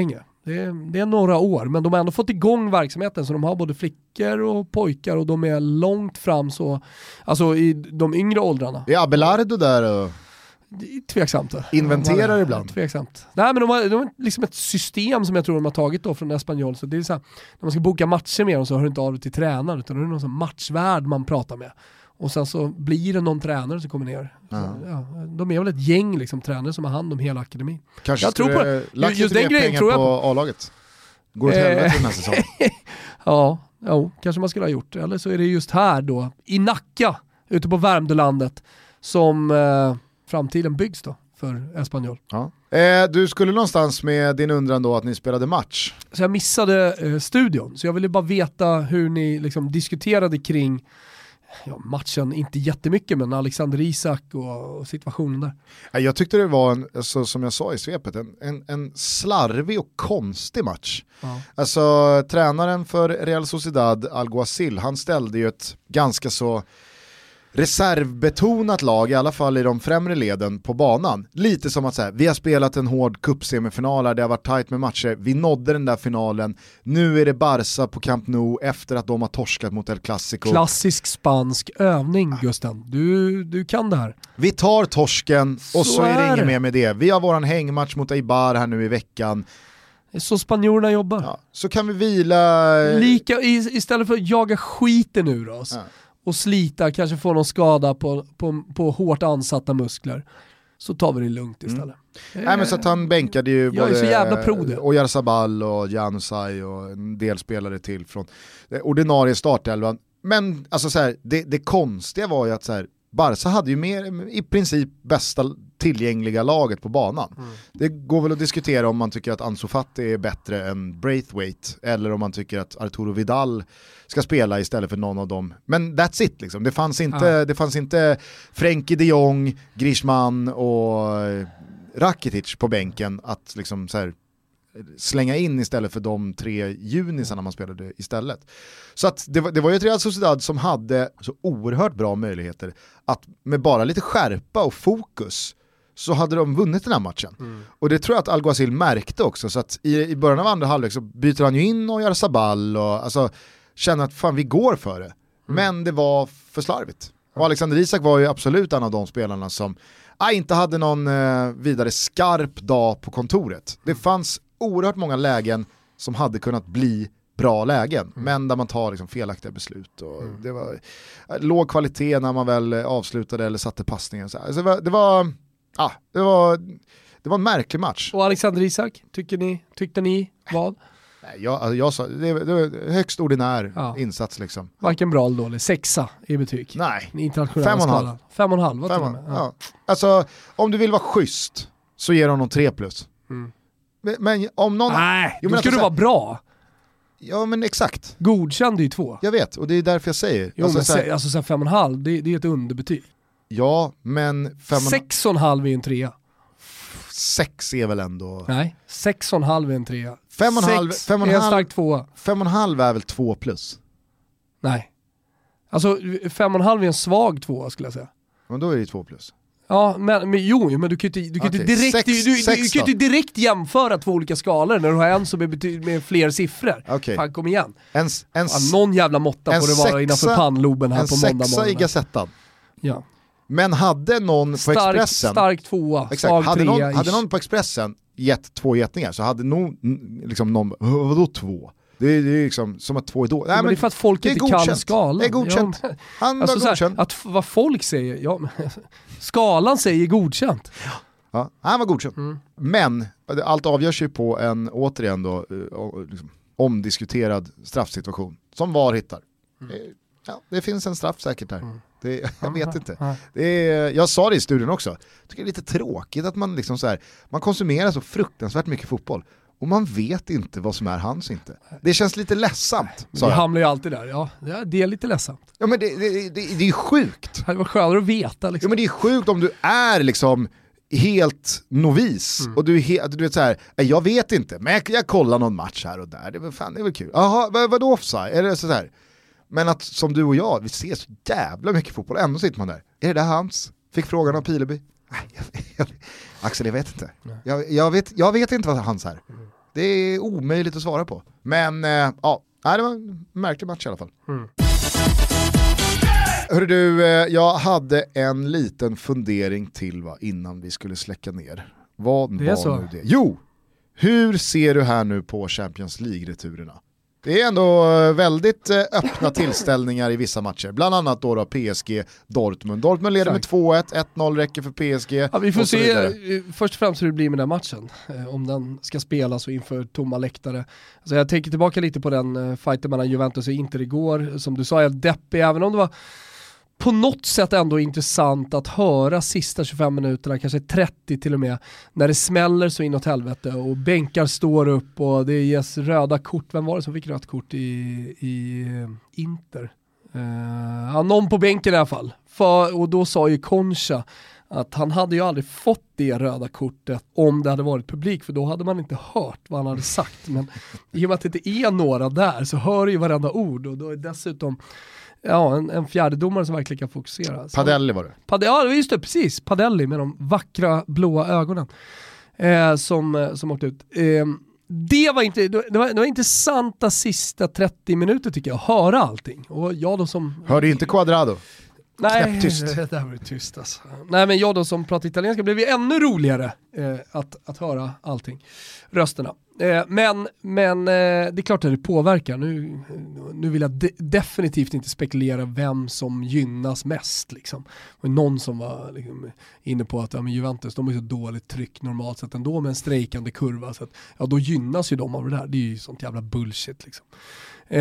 B: Det är, det är några år, men de har ändå fått igång verksamheten så de har både flickor och pojkar och de är långt fram så, alltså i de yngre åldrarna.
A: Är Abelardo där och
B: det är tveksamt.
A: inventerar ibland?
B: Tveksamt. Nej, men de har, de har liksom ett system som jag tror de har tagit då från Espanyol. Så det är så här, när man ska boka matcher med dem så hör du inte av dig till tränaren utan det är någon sån matchvärd man pratar med. Och sen så blir det någon tränare som kommer ner. Så,
A: ja.
B: Ja, de är väl ett gäng liksom, tränare som har hand om hela akademin.
A: Kanske
B: jag tror på det.
A: Lagt
B: Just
A: lite
B: den
A: mer
B: grejen
A: pengar
B: tror jag
A: på
B: på.
A: A-laget. Går det till helvete den här säsongen?
B: Ja, ja, kanske man skulle ha gjort. Eller så är det just här då, i Nacka, ute på Värmdölandet, som eh, framtiden byggs då för Espanyol.
A: Ja. Eh, du skulle någonstans med din undran då att ni spelade match.
B: Så jag missade eh, studion, så jag ville bara veta hur ni liksom diskuterade kring ja, matchen, inte jättemycket, men Alexander Isak och, och situationen där.
A: Jag tyckte det var, en, alltså, som jag sa i svepet, en, en, en slarvig och konstig match.
B: Ja.
A: Alltså tränaren för Real Sociedad, Alguacil, han ställde ju ett ganska så reservbetonat lag, i alla fall i de främre leden på banan. Lite som att så här, vi har spelat en hård cupsemifinal här, det har varit tajt med matcher, vi nådde den där finalen, nu är det Barca på Camp Nou efter att de har torskat mot El Clasico.
B: Klassisk spansk övning, Gusten. Du, du kan det här.
A: Vi tar torsken och så,
B: så
A: är det
B: är
A: inget
B: det.
A: mer med det. Vi har våran hängmatch mot Eibar här nu i veckan.
B: Det är så spanjorerna jobbar.
A: Ja, så kan vi vila...
B: Lika, istället för att jaga skiten ur oss. Ja. Och slita, kanske få någon skada på, på, på hårt ansatta muskler, så tar vi det lugnt istället. Mm.
A: Eh, Nej, men så att han bänkade ju
B: jag är så jävla pro det.
A: Oyarzabal och Januzaj och en del spelare till från ordinarie startelvan. Men alltså så här, det, det konstiga var ju att så här, Barca hade ju mer, i princip bästa tillgängliga laget på banan. Mm. Det går väl att diskutera om man tycker att Ansu Fati är bättre än Braithwaite eller om man tycker att Arturo Vidal ska spela istället för någon av dem. Men that's it liksom. Det fanns inte, ja. det fanns inte Frenkie de Jong, Griezmann och Rakitic på bänken att liksom så här slänga in istället för de tre junisarna man spelade istället. Så att det var, det var ju ett Real Sociedad som hade så oerhört bra möjligheter att med bara lite skärpa och fokus så hade de vunnit den här matchen. Mm. Och det tror jag att Alguacil märkte också, så att i, i början av andra halvlek så byter han ju in och gör Sabal och alltså känner att fan vi går för det. Mm. Men det var för slarvigt. Och Alexander Isak var ju absolut en av de spelarna som ah, inte hade någon eh, vidare skarp dag på kontoret. Det fanns oerhört många lägen som hade kunnat bli bra lägen, mm. men där man tar liksom felaktiga beslut och mm. det var låg kvalitet när man väl avslutade eller satte passningen. Så alltså det var, det var, ah, det var det var en märklig match.
B: Och Alexander Isak, tycker ni, tyckte ni vad?
A: Nej, jag, alltså jag sa, det, det var högst ordinär ja. insats liksom.
B: Varken bra eller dålig, sexa i betyg.
A: Nej,
B: internationella
A: fem och en halv.
B: skalan. Fem och en halv, vad
A: fem,
B: till och med.
A: Ja. Alltså, om du vill vara schysst så ger honom tre plus. Mm. Men, men om någon...
B: Nej, jo, då ska du vara bra.
A: Ja, men exakt.
B: Godkänd är ju två.
A: Jag vet, och det är därför jag säger.
B: Jo,
A: alltså,
B: men
A: så här,
B: alltså så här fem och en halv, det, det är ett underbetyg.
A: Ja, men... Fem och
B: sex och en halv är en trea.
A: Sex är väl ändå...
B: Nej, sex och en halv är en trea.
A: Fem och en halv, fem och en
B: är en
A: halv,
B: stark tvåa.
A: Fem och en halv är väl två plus?
B: Nej. Alltså fem och en halv är en svag tvåa skulle jag säga.
A: Men då är det två plus.
B: Ja, men, men jo, men du kan ju inte, du kan okay. inte direkt, sex, du, du, sex du, du kan inte direkt jämföra två olika skalor när du har en som är bety- med fler siffror.
A: Okay.
B: Fan, kom igen.
A: En, en,
B: ja, någon jävla måtta får det vara sexa, innanför pannloben här på måndag morgon.
A: En sexa i Gazettan.
B: Ja.
A: Men hade någon
B: stark,
A: på Expressen...
B: Stark tvåa,
A: exakt,
B: svag
A: hade,
B: trea,
A: någon, hade någon på Expressen gett två gettningar så hade nog liksom någon... Vadå två? Det är, det är liksom som att två är då. Nej,
B: men det är för att folk inte
A: godkänt.
B: kan skalan.
A: Det är godkänt.
B: Ja,
A: Han
B: alltså
A: var godkänt.
B: Här, att vad folk säger, ja, skalan säger godkänt.
A: Ja, han var godkänt. Mm. Men allt avgörs ju på en, återigen då, liksom, omdiskuterad straffsituation. Som V A R hittar. Mm. Ja, det finns en straff säkert här. Mm. Det, jag vet inte. Det är, jag sa det i studion också. Jag tycker det är lite tråkigt att man liksom så här, man konsumerar så fruktansvärt mycket fotboll. Och man vet inte vad som är hans inte. Det känns lite ledsamt.
B: Det hamnar ju alltid där. Ja, det är lite ledsamt.
A: Ja, men det, det, det, det är sjukt.
B: Det var skönare att veta. Liksom.
A: Ja, men det är sjukt om du är liksom helt novis. Mm. Och du är helt, du vet så här, jag vet inte. Men jag, jag kollar någon match här och där. Det är väl, fan, det är väl kul. Jaha, vad, vadå offside? Är det så här? Men att som du och jag, vi ser så jävla mycket fotboll. Ändå sitter man där. Är det där hans? Fick frågan av Pileby. Nej, jag, jag, Axel, jag vet inte. Jag, jag, vet, jag vet inte vad hans är. Det är omöjligt att svara på. Men eh, ja, det var en märklig match i alla fall.
B: Mm.
A: Hörru du, eh, jag hade en liten fundering till va, innan vi skulle släcka ner. Vad
B: det är
A: var
B: så.
A: nu det? Jo, hur ser du här nu på Champions League-returerna? Det är ändå väldigt öppna tillställningar i vissa matcher. Bland annat då, då P S G Dortmund. Dortmund leder med två ett, ett noll räcker för P S G.
B: Ja, vi får se
A: vidare.
B: Först och främst hur det blir med den matchen. Om den ska spelas och inför tomma läktare. Alltså jag tänker tillbaka lite på den fighten mellan Juventus och Inter igår. Som du sa, jag är deppig, även om det var på något sätt ändå intressant att höra sista tjugofem minuterna, kanske trettio till och med, när det smäller så inåt helvete och bänkar står upp och det ges röda kort. Vem var det som fick rött kort i, i Inter? Uh, ja, någon på bänken i alla fall. För, och då sa ju Concha att han hade ju aldrig fått det röda kortet om det hade varit publik, för då hade man inte hört vad han hade sagt. Men i och med att det inte är några där så hör ju varenda ord, och då är dessutom ja, en, en fjärdedomare som verkligen kan fokusera. Så,
A: Padelli var det.
B: Pad- ja, just det, precis. Padelli med de vackra blåa ögonen eh, som, som åkte ut. Eh, det, var inte, det, var, det var intressanta sista trettio minuter tycker jag, höra allting. Och jag då som...
A: Hörde inte Quadrado?
B: Nej,
A: tyst.
B: det där var tyst alltså. Nej, men jag då som pratar italienska blev ju ännu roligare eh, att, att höra allting. Rösterna. Eh, men men eh, det är klart att det påverkar. Nu, nu vill jag de- definitivt inte spekulera vem som gynnas mest. Liksom. Och någon som var liksom, inne på att ja, men Juventus, de har så dåligt tryck normalt sett ändå med en strejkande kurva. Så att, ja, då gynnas ju de av det där. Det är ju sånt jävla bullshit. Liksom. Eh,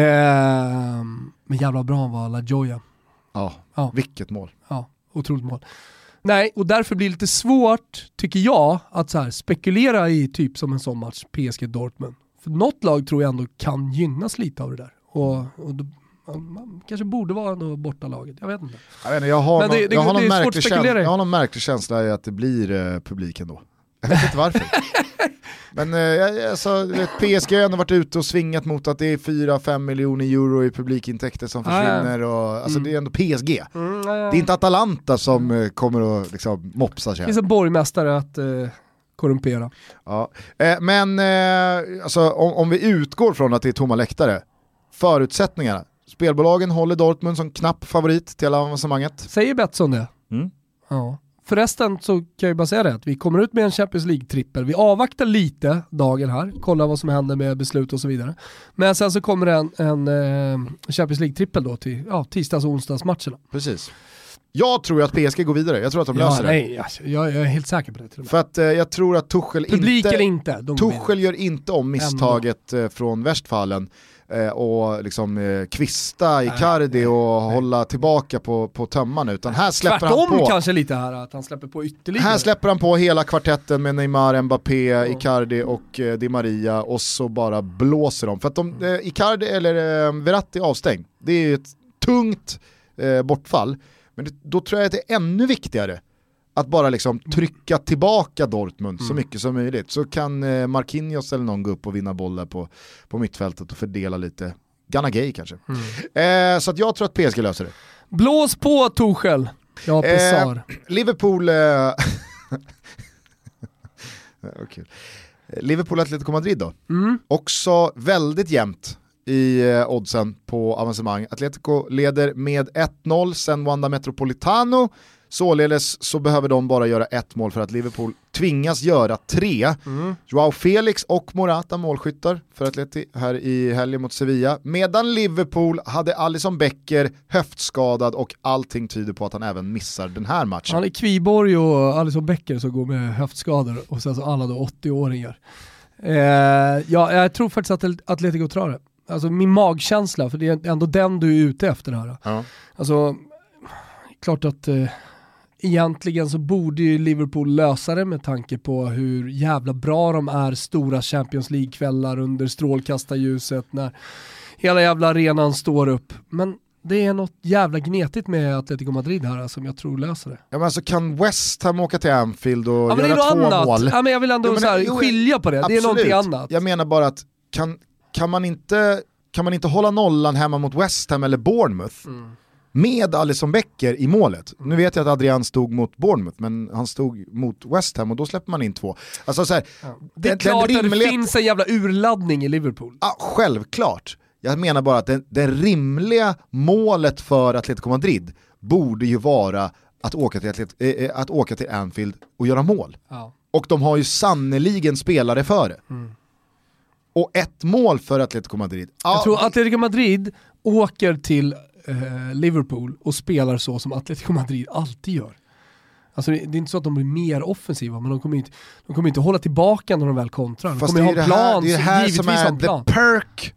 B: men jävla bra var La Gioia.
A: Ja,
B: ja,
A: vilket mål.
B: Ja, otroligt mål. Nej, och därför blir det lite svårt, tycker jag, att så här spekulera i typ som en sån match, P S G Dortmund. För något lag tror jag ändå kan gynnas lite av det där. Och, och då, man kanske borde vara ändå borta laget, jag vet inte.
A: Jag, vet inte, jag har,
B: Men
A: någon,
B: det, det,
A: jag har
B: det
A: någon
B: är svårt
A: märklig
B: att spekulera
A: känsla,
B: i.
A: jag har någon märklig känsla i att det blir eh, publik ändå. Jag vet inte varför. Men eh, jag, alltså, vet, P S G har ändå varit ute och svingat mot att det är fyra fem miljoner euro i publikintäkter som försvinner. Och, alltså,
B: mm.
A: det är ändå P S G.
B: Mm, ja, ja.
A: Det är inte Atalanta som eh, kommer att liksom, mopsa sig.
B: Det finns en borgmästare att eh, korrumpera.
A: Ja. Eh, men eh, alltså, om, om vi utgår från att det är tomma läktare, förutsättningarna. Spelbolagen håller Dortmund som knapp favorit till hela avancemanget.
B: Säger Betsson det?
A: Mm.
B: Ja. Förresten så kan jag bara säga det att vi kommer ut med en Champions League-trippel. Vi avvaktar lite dagen här, kollar vad som händer med beslut och så vidare. Men sen så kommer det en, en eh, Champions League-trippel då till ja, tisdags- och onsdagsmatcherna.
A: Precis. Jag tror att P S G går vidare, jag tror att de
B: ja,
A: löser
B: nej,
A: det.
B: Alltså, jag, jag är helt säker på det. Till och med.
A: För att eh, jag tror att Tuchel
B: Publik
A: inte...
B: eller inte. De
A: Tuchel gör inte om misstaget eh, från Westfalen eh, och liksom eh, kvista i Icardi och nej. hålla tillbaka på, på tömman, utan här släpper
B: Tvärtom
A: han på.
B: kanske lite här att han släpper på ytterligare.
A: Här släpper han på hela kvartetten med Neymar, Mbappé, ja. Icardi och eh, Di Maria, och så bara blåser de. För att de, eh, Icardi eller eh, Verratti är avstängd. Det är ett tungt eh, bortfall. Men det, då tror jag att det är ännu viktigare att bara liksom trycka tillbaka Dortmund mm. så mycket som möjligt. Så kan eh, Marquinhos eller någon gå upp och vinna bollar på, på mittfältet och fördela lite. Ganna Gay kanske. Mm. Eh, så att jag tror att P S G löser det.
B: Blås på Tuchel! Ja,
A: eh, Liverpool... Eh, okay. Liverpool Atletico Madrid då.
B: Mm.
A: Också väldigt jämnt i eh, oddsen på avancemang. Atletico leder med ett noll sen Wanda Metropolitano. Således så behöver de bara göra ett mål för att Liverpool tvingas göra tre. Mm. Joao Felix och Morata målskyttar för Atleti här i helgen mot Sevilla. Medan Liverpool hade Alisson Becker höftskadad och allting tyder på att han även missar den här matchen.
B: Han är Kviborg och Alisson Becker som går med höftskador och sen så alla då åttio-åringar. Eh, ja, jag tror faktiskt att Atletico tar det. Alltså min magkänsla, för det är ändå den du är ute efter här.
A: Ja.
B: Alltså, klart att eh, egentligen så borde ju Liverpool lösa det med tanke på hur jävla bra de är stora Champions League-kvällar under strålkastarljuset när hela jävla arenan står upp. Men det är något jävla gnetigt med Atletico Madrid här som jag tror löser det.
A: Ja, men alltså kan West Ham åka till Anfield och
B: ja,
A: göra två
B: annat.
A: mål?
B: Ja, men jag vill ändå
A: ja, men,
B: så här,
A: jo,
B: skilja på det.
A: Absolut.
B: Det är någonting annat.
A: Jag menar bara att kan, kan, man inte, kan man inte hålla nollan hemma mot West Ham eller Bournemouth, mm. med Alisson Becker i målet. Nu vet jag att Adrian stod mot Bournemouth, men han stod mot West Ham och då släpper man in två. Alltså så här,
B: ja. Det är
A: den,
B: klart
A: den
B: att
A: rimlighet...
B: det finns en jävla urladdning i Liverpool.
A: Ja, självklart. Jag menar bara att det, det rimliga målet för Atletico Madrid borde ju vara att åka till, Atlet, äh, att åka till Anfield och göra mål.
B: Ja.
A: Och de har ju sannoliken spelare för det.
B: Mm.
A: Och ett mål för Atletico Madrid.
B: Jag
A: ja,
B: tror Atletico Madrid åker till eh, Liverpool och spelar så som Atletico Madrid alltid gör. Alltså det, det är inte så att de blir mer offensiva, men de kommer inte, de kommer inte hålla tillbaka när de väl kontrar. De
A: Fast
B: kommer
A: det är
B: ha
A: det
B: en plan,
A: här, det är det här som är
B: en plan.
A: the perk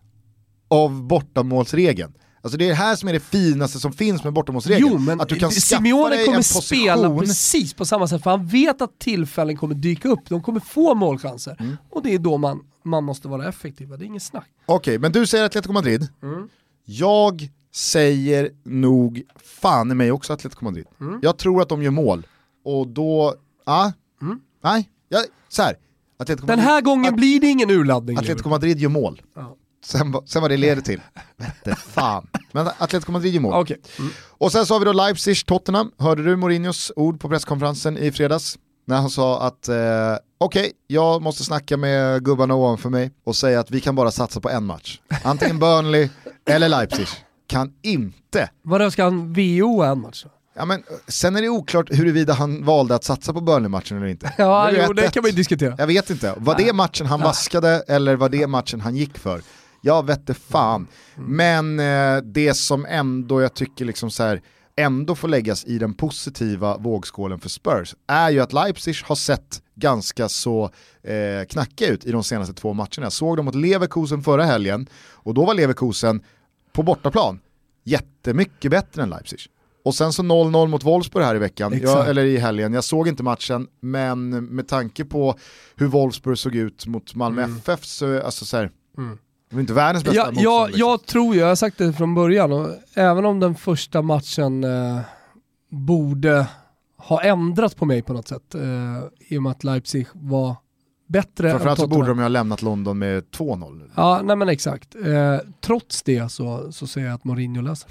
A: av bortamålsregeln. Alltså det är det här som är det finaste som finns med bortamålsregeln.
B: Jo, men
A: att du kan
B: Simeone kommer
A: en
B: spela precis på samma sätt, för han vet att tillfällen kommer dyka upp. De kommer få målchanser. Mm. Och det är då man, man måste vara effektiv. Det är inget snack.
A: Okej, okay, men du säger Atletico Madrid.
B: Mm.
A: Jag säger nog fan i mig också Atletico Madrid. Mm. Jag tror att de gör mål. Och då, ja,
B: mm.
A: nej, jag, så här. Atletico
B: Den
A: Madrid,
B: här gången att, blir det ingen urladdning.
A: Atletico Madrid gör mål.
B: Ja.
A: Sen, sen vad det leder till. Vette fan. Men Atletico Madrid gör mål.
B: Okay. Mm.
A: Och sen så har vi då Leipzig, Tottenham. Hörde du Mourinhos ord på presskonferensen i fredags? När han sa att eh, okej, okay, jag måste snacka med gubbarna ovanför mig och säga att vi kan bara satsa på en match. Antingen Burnley eller Leipzig. Kan inte.
B: Vadå, ska han V O en match?
A: Ja, men sen är det oklart huruvida han valde att satsa på Burnley-matchen eller inte.
B: Ja, jo, det kan man ju diskutera.
A: Jag vet inte. Var det matchen han vaskade eller var det matchen han gick för? Jag vet det fan. Men eh, det som ändå jag tycker liksom så här, ändå får läggas i den positiva vågskålen för Spurs är ju att Leipzig har sett ganska så eh, knacka ut i de senaste två matcherna. Jag såg dem mot Leverkusen förra helgen och då var Leverkusen på bortaplan jättemycket bättre än Leipzig. Och sen så noll noll mot Wolfsburg här i veckan, jag, eller i helgen. Jag såg inte matchen, men med tanke på hur Wolfsburg såg ut mot Malmö mm. F F så, alltså så här, mm. det var inte världens bästa
B: ja,
A: motstånd.
B: jag,
A: liksom.
B: jag tror, jag har sagt det från början, och även om den första matchen eh, borde ha ändrat på mig på något sätt, eh, i och med att Leipzig var bättre.
A: Framförallt så borde de ju ha lämnat London med två noll.
B: Ja, nej men exakt. Eh, trots det så, så säger jag att Mourinho löser.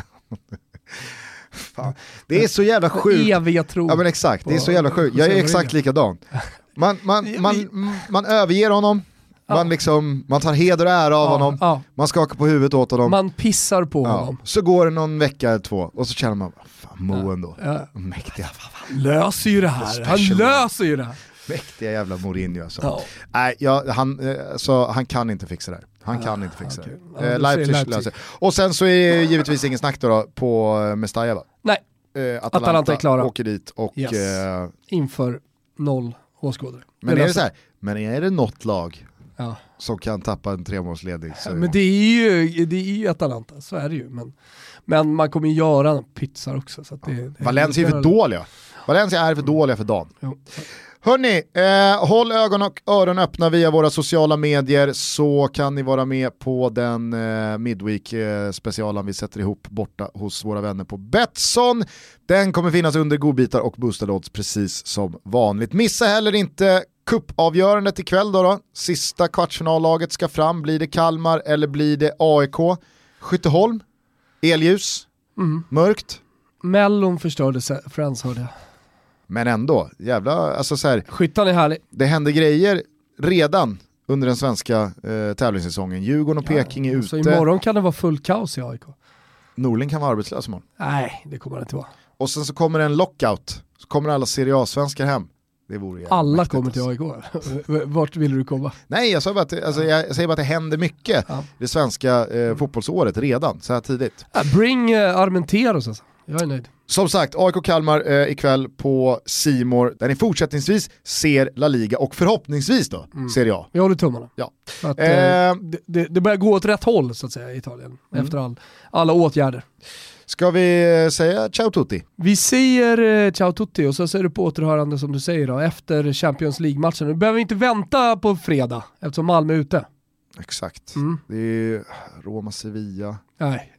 A: Fan. Det är så jävla sjukt.
B: Eviga tro.
A: Ja men exakt, det är så jävla sjukt. Jag är exakt likadan. Man, man, man, man överger honom,
B: ja.
A: man, liksom, man tar heder och ära av
B: ja,
A: honom,
B: ja.
A: man skakar på huvudet åt honom.
B: Man pissar på
A: ja.
B: honom.
A: Så går det någon vecka eller två och så känner man, fan Mo ändå.
B: Ja.
A: Mäktiga.
B: Löser ju det här. Han löser ju det här.
A: Mäktiga jävla Mourinho alltså.
B: Ja.
A: Nej, ja, han, så, han kan inte fixa det här. Han ja, kan inte fixa okay. det. Eh, Leipzig, Leipzig löser. Och sen så är det givetvis ingen snack då, då på Mestalla va?
B: Nej.
A: Eh, Atalanta,
B: Atalanta är klara.
A: Åker dit och...
B: Yes.
A: Eh,
B: inför noll åskådare.
A: Men är det så här, men är det något lag
B: ja.
A: som kan tappa en tremålsledning? Så...
B: Ja, men det är ju det är ju Atalanta, så är det ju. Men, men man kommer ju göra pizzar också. Så att det, det
A: Valencia är för dåliga. Valencia är för dåliga för dagen.
B: Jo.
A: Hörrni, eh, håll ögon och öron öppna via våra sociala medier så kan ni vara med på den eh, Midweek-specialen eh, vi sätter ihop borta hos våra vänner på Betsson. Den kommer finnas under godbitar och boostade odds precis som vanligt. Missa heller inte cupavgörandet ikväll då, då. Sista kvartsfinallaget ska fram. Blir det Kalmar eller blir det A I K? Skytteholm, elljus, mm. mörkt.
B: Mellon förstörde Friends, hörde jag.
A: Men ändå, jävla, alltså så här,
B: skyttan är härlig.
A: Det händer grejer redan under den svenska eh, tävlingssäsongen. Djurgården och Peking ja, är ute.
B: Så imorgon kan det vara full kaos i A I K.
A: Norling kan vara arbetslös imorgon.
B: Nej, det kommer det inte vara.
A: Och sen så kommer det en lockout. Så kommer alla Serie A-svenskar hem. Det vore
B: alla kommer till A I K. Vart vill du komma?
A: Nej, jag, sa bara att, alltså, jag säger bara att det händer mycket ja. det svenska eh, fotbollsåret redan, så här tidigt.
B: Uh, bring uh, Armenteros alltså. Jag är nöjd.
A: Som sagt, A I K Kalmar eh, ikväll på C More där ni fortsättningsvis ser La Liga och förhoppningsvis då mm. Serie A.
B: Jag håller tummarna.
A: Ja.
B: Att, eh, det, det börjar gå åt rätt håll så att säga i Italien mm. efter all, alla åtgärder.
A: Ska vi säga ciao tutti?
B: Vi säger eh, ciao tutti och så säger du på återhörande som du säger då, efter Champions League-matchen. Nu behöver vi inte vänta på fredag eftersom Malmö är ute.
A: Exakt.
B: Mm.
A: Det är Roma-Sevilla.
B: Nej.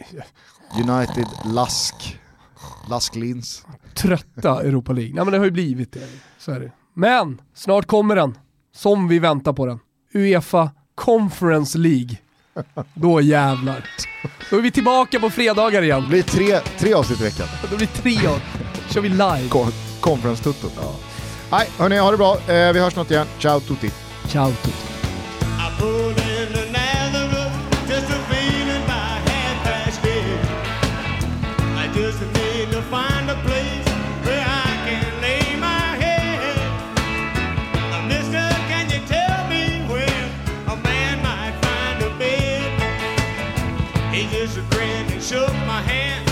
A: United, Lask. Lask Linz.
B: Trötta Europa League. Nej men det har ju blivit det. Så är det. Men snart kommer den. Som vi väntar på den. UEFA Conference League. Då jävlar. Då är vi tillbaka på fredagar igen.
A: Det blir tre, tre avsnitt i veckan.
B: Då blir tre avsnitt. Kör vi live.
A: Kon- Conference-tutto. Ja. Nej, hörni, ha det bra. Eh, vi hörs något igen. Ciao tutti.
B: Ciao tutti.
P: Find a place where I can lay my head. Uh, Mister, can you tell me where a man might find a bed? He just grinned and shook my hand.